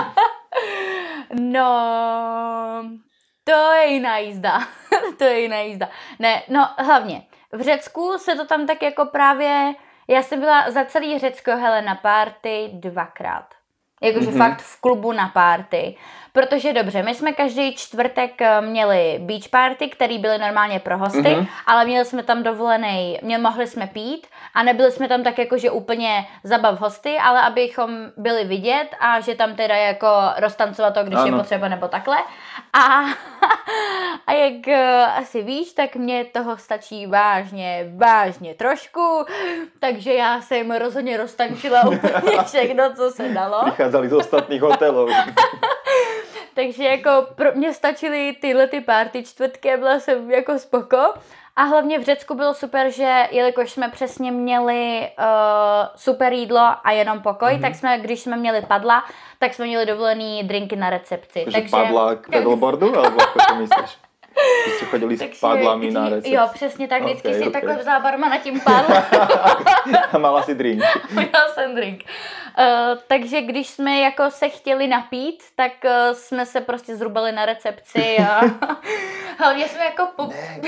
No, to je jiná jízda. To je jiná jízda. Ne, no hlavně, v Řecku se to tam tak jako právě, já jsem byla za celý Řecko, hele, na party dvakrát. Jakože mm-hmm. fakt v klubu na party. Protože dobře, my jsme každý čtvrtek měli beach party, který byly normálně pro hosty, mm-hmm. ale měli jsme tam dovolený, mě mohli jsme pít a nebyli jsme tam tak jakože úplně zabav hosty, ale abychom byli vidět a že tam teda jako roztancovat to, když ano. je potřeba nebo takhle. A, a jak asi víš, tak mě toho stačí vážně, vážně trošku, takže já jsem rozhodně roztančila úplně všechno, co se dalo. Vycházeli z ostatních hotelů. Takže jako pro mě stačily tyhle ty party čtvrtky a byla jsem jako spoko. A hlavně v Řecku bylo super, že jelikož jsme přesně měli uh, super jídlo a jenom pokoj, mm-hmm. tak jsme, když jsme měli padla, tak jsme měli dovolený drinky na recepci. Takže, Takže padla k pedalboardu, alebo ako to myslíš? Vy jste chodili s pádlami na recept. Jo, přesně tak, vždycky okay, si okay. takhle vzala barmana tím pádlem. A mala si drink. Měla jsem drink. Uh, takže když jsme jako se chtěli napít, tak uh, jsme se prostě zrubali na recepci a hlavně jsme jako po...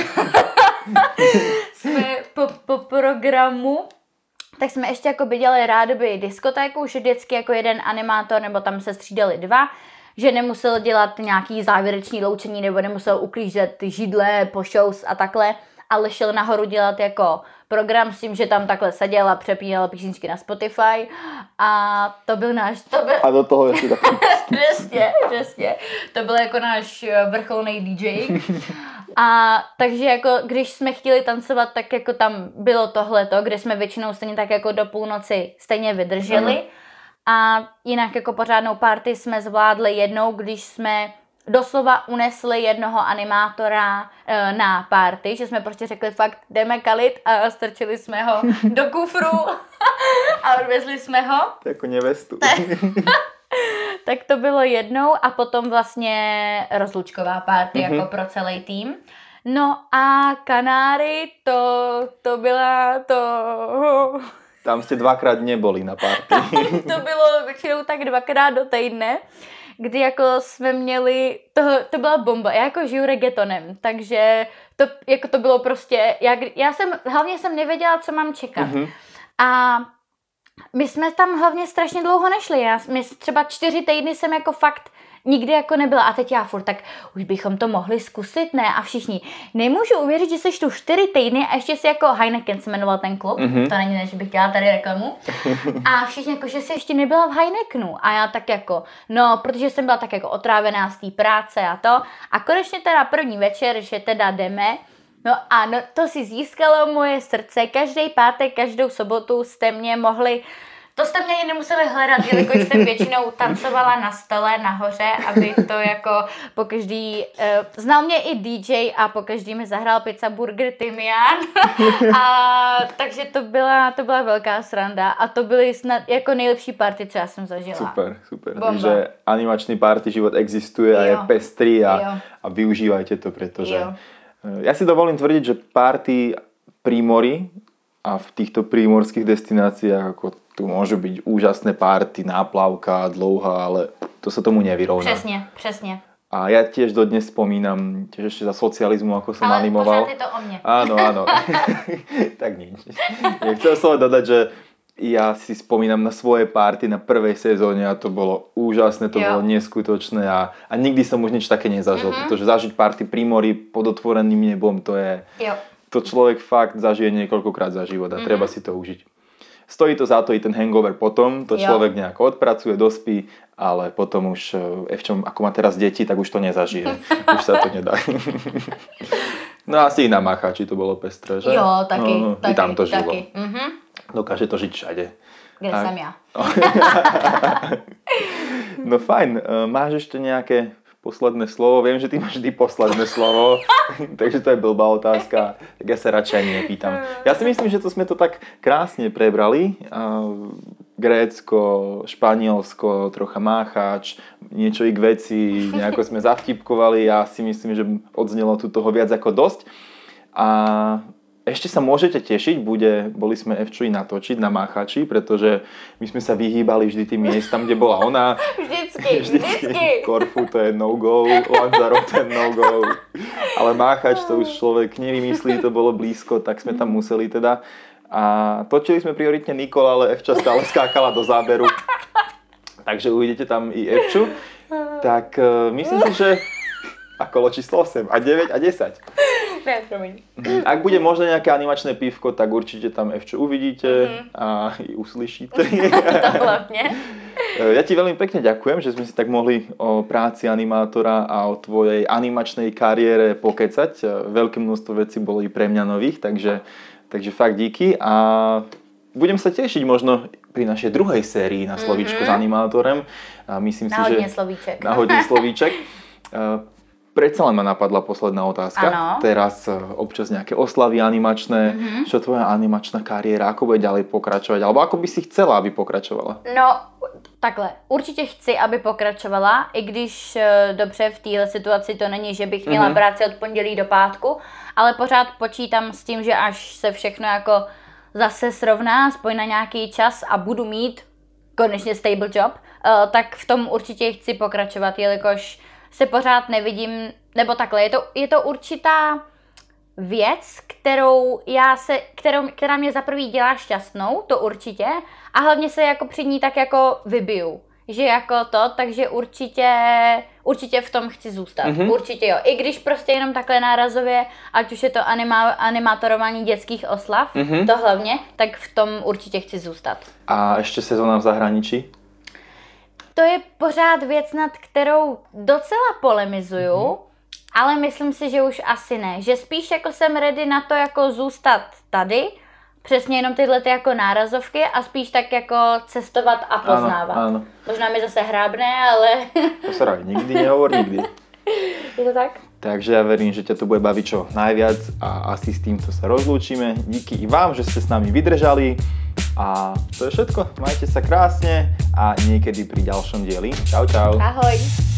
jsme po, po programu tak jsme ještě jako by dělali rádoby diskotéku, už vždycky jako jeden animátor, nebo tam se střídali dva, že nemusel dělat nějaký závěrečný loučení, nebo nemusel uklízet židle po shows a takhle, ale šel nahoru dělat jako program s tím, že tam takhle seděl a přepínal písničky na Spotify a to byl náš... To byl... A do toho ještě taky. Přesně, přesně. To byl jako náš vrcholný dý džej. A takže jako když jsme chtěli tancovat, tak jako tam bylo tohleto, kde jsme většinou stejně tak jako do půlnoci stejně vydrželi. Ano. A jinak jako pořádnou party jsme zvládli jednou, když jsme doslova unesli jednoho animátora e, na party, že jsme prostě řekli fakt jdeme kalit a strčili jsme ho do kufru a odvezli jsme ho. To jako nevestu. Tak to bylo jednou a potom vlastně rozlučková party mm-hmm. jako pro celý tým. No a Kanáry, to, to byla to... Tam jste dvakrát neboli na party. To bylo většinou tak dvakrát do týdne, kdy jako jsme měli, to, to byla bomba, já jako žiju reggaetonem, takže to, jako to bylo prostě, já, já jsem, hlavně jsem nevěděla, co mám čekat. Mm-hmm. A my jsme tam hlavně strašně dlouho nešli, já, my třeba čtyři týdny jsem jako fakt nikdy jako nebyla a teď já furt, tak už bychom to mohli zkusit, ne? A všichni, nemůžu uvěřit, že jsi tu čtyři týdny a ještě si jako Heineken se jmenoval ten klub, mm-hmm. to není, že bych dělala tady reklamu. A všichni jako, že jsi ještě nebyla v Heinekenu a já tak jako, no, protože jsem byla tak jako otrávená z té práce a to a konečně teda první večer, že teda jdeme. No a no, to si získalo moje srdce. Každý pátek, každou sobotu jste mě mohli, to jste mě ani nemuseli hledat, jelikož jsem většinou tancovala na stole nahoře, aby to jako po každý, uh, znal mě i dý džej a po každý mi zahrál pizza, burger, tymián. A takže to byla, to byla velká sranda a to byly snad jako nejlepší party, co já jsem zažila. Super, super. Takže animačný party život existuje a jo. Je pestrý a, a využívajte to, pretože jo. Ja si dovolím tvrdiť, že party pri mori a v týchto prímorských destináciách ako tu môžu byť úžasné party, náplavka, dlouhá, ale to sa tomu nevyrovná. Přesně, přesně. A ja tiež dodnes spomínam, tiež ešte za socializmu, ako som ale animoval. Ale pořád je to o mne. Áno, áno. Tak nič. Ja chcel som dodať, že ja si spomínam na svoje party na prvej sezóne a to bolo úžasné, to jo. Bolo neskutočné a, a nikdy som už nič také nezažil, mm-hmm. pretože zažiť party pri mori pod otvoreným nebom, to je, jo. To človek fakt zažije niekoľkokrát za život a mm-hmm. treba si to užiť. Stojí to za to i ten hangover potom, to jo. Človek nejako odpracuje, dospí, ale potom už, Evčom, ako má teraz deti, tak už to nezažije. Už sa to nedá. No asi i na Máchači to bolo pestré, že? Jo, taky, no, taky, i tam to žilo. Taky. Mm-hmm. Dokáže to žiť všade. Kde tak. Som ja. No fajn, máš ešte nejaké posledné slovo? Viem, že ty máš vždy posledné slovo, takže to je blbá otázka, tak ja sa radšej ani nepýtam. Ja si myslím, že to sme to tak krásne prebrali. Grécko, Španielsko, trocha Máchač, niečo i k veci, nejako sme zavtipkovali. Ja si myslím, že odznelo tu toho viac ako dosť. A ešte sa môžete tešiť, bude, boli sme Evču i natočiť na Máchači, pretože my sme sa vyhýbali vždy tým miestam, kde bola ona. Vždycky, vždycky. vždycky. Korfu to je no-go, Lanzarote to je no-go. Ale Máchač to už človek nevymyslí, to bolo blízko, tak sme tam museli teda. A točili sme prioritne Nikol, ale Evča stále skákala do záberu. Takže uvidíte tam i Evču. Tak uh, myslím si, že a kolo číslo osem, a deväť a desať. Ne, promiň. Ak bude možno nejaké animačné pivko, tak určite tam Evču uvidíte mm-hmm. a i uslyšíte. To hlavne. Ja ti veľmi pekne ďakujem, že sme si tak mohli o práci animátora a o tvojej animačnej kariére pokecať. Veľké množstvo vecí bolo i pre mňa nových, takže, takže fakt díky a budem sa tešiť možno pri našej druhej sérii na slovíčko mm-hmm. s animátorem. A myslím na si, hodne že... slovíček. Na hodne slovíček. Predsa len ma napadla posledná otázka. Ano. Teraz občas nejaké oslavy animačné. Mm-hmm. Čo tvoja animačná kariéra? Ako bude ďalej pokračovať? Alebo ako by si chcela, aby pokračovala? No, Takhle, určitě chci, aby pokračovala, i když uh, dobře v téhle situaci to není, že bych měla mm-hmm. práci od pondělí do pátku, ale pořád počítám s tím, že až se všechno jako zase srovná, aspoň na nějaký čas a budu mít konečně stable job, uh, tak v tom určitě chci pokračovat, jelikož se pořád nevidím, nebo takhle, je to, je to určitá věc, kterou já se, kterou, která mě za prvý dělá šťastnou, to určitě, a hlavně se jako při ní tak jako vybiju, že jako to, takže určitě, určitě v tom chci zůstat, mm-hmm. určitě jo, i když prostě jenom takhle nárazově, ať už je to anima, animátorování dětských oslav, mm-hmm. to hlavně, tak v tom určitě chci zůstat. A ještě sezóna v zahraničí? To je pořád věc, nad kterou docela polemizuju, mm-hmm. ale myslím si, že už asi ne. Že spíš jako jsem ready na to jako zůstat tady, přesně jenom tyhle ty jako nárazovky a spíš tak jako cestovat a poznávat. Áno, áno. Možná mi zase hrábne, ale... Posraj, nikdy nehovor nikdy. Je to tak? Takže ja verím, že ťa to bude baviť čo najviac a asi s týmto sa rozlúčime. Díky i vám, že ste s nami vydržali. A to je všetko. Majte sa krásne a niekedy pri ďalšom dieli. Čau, čau. Ahoj.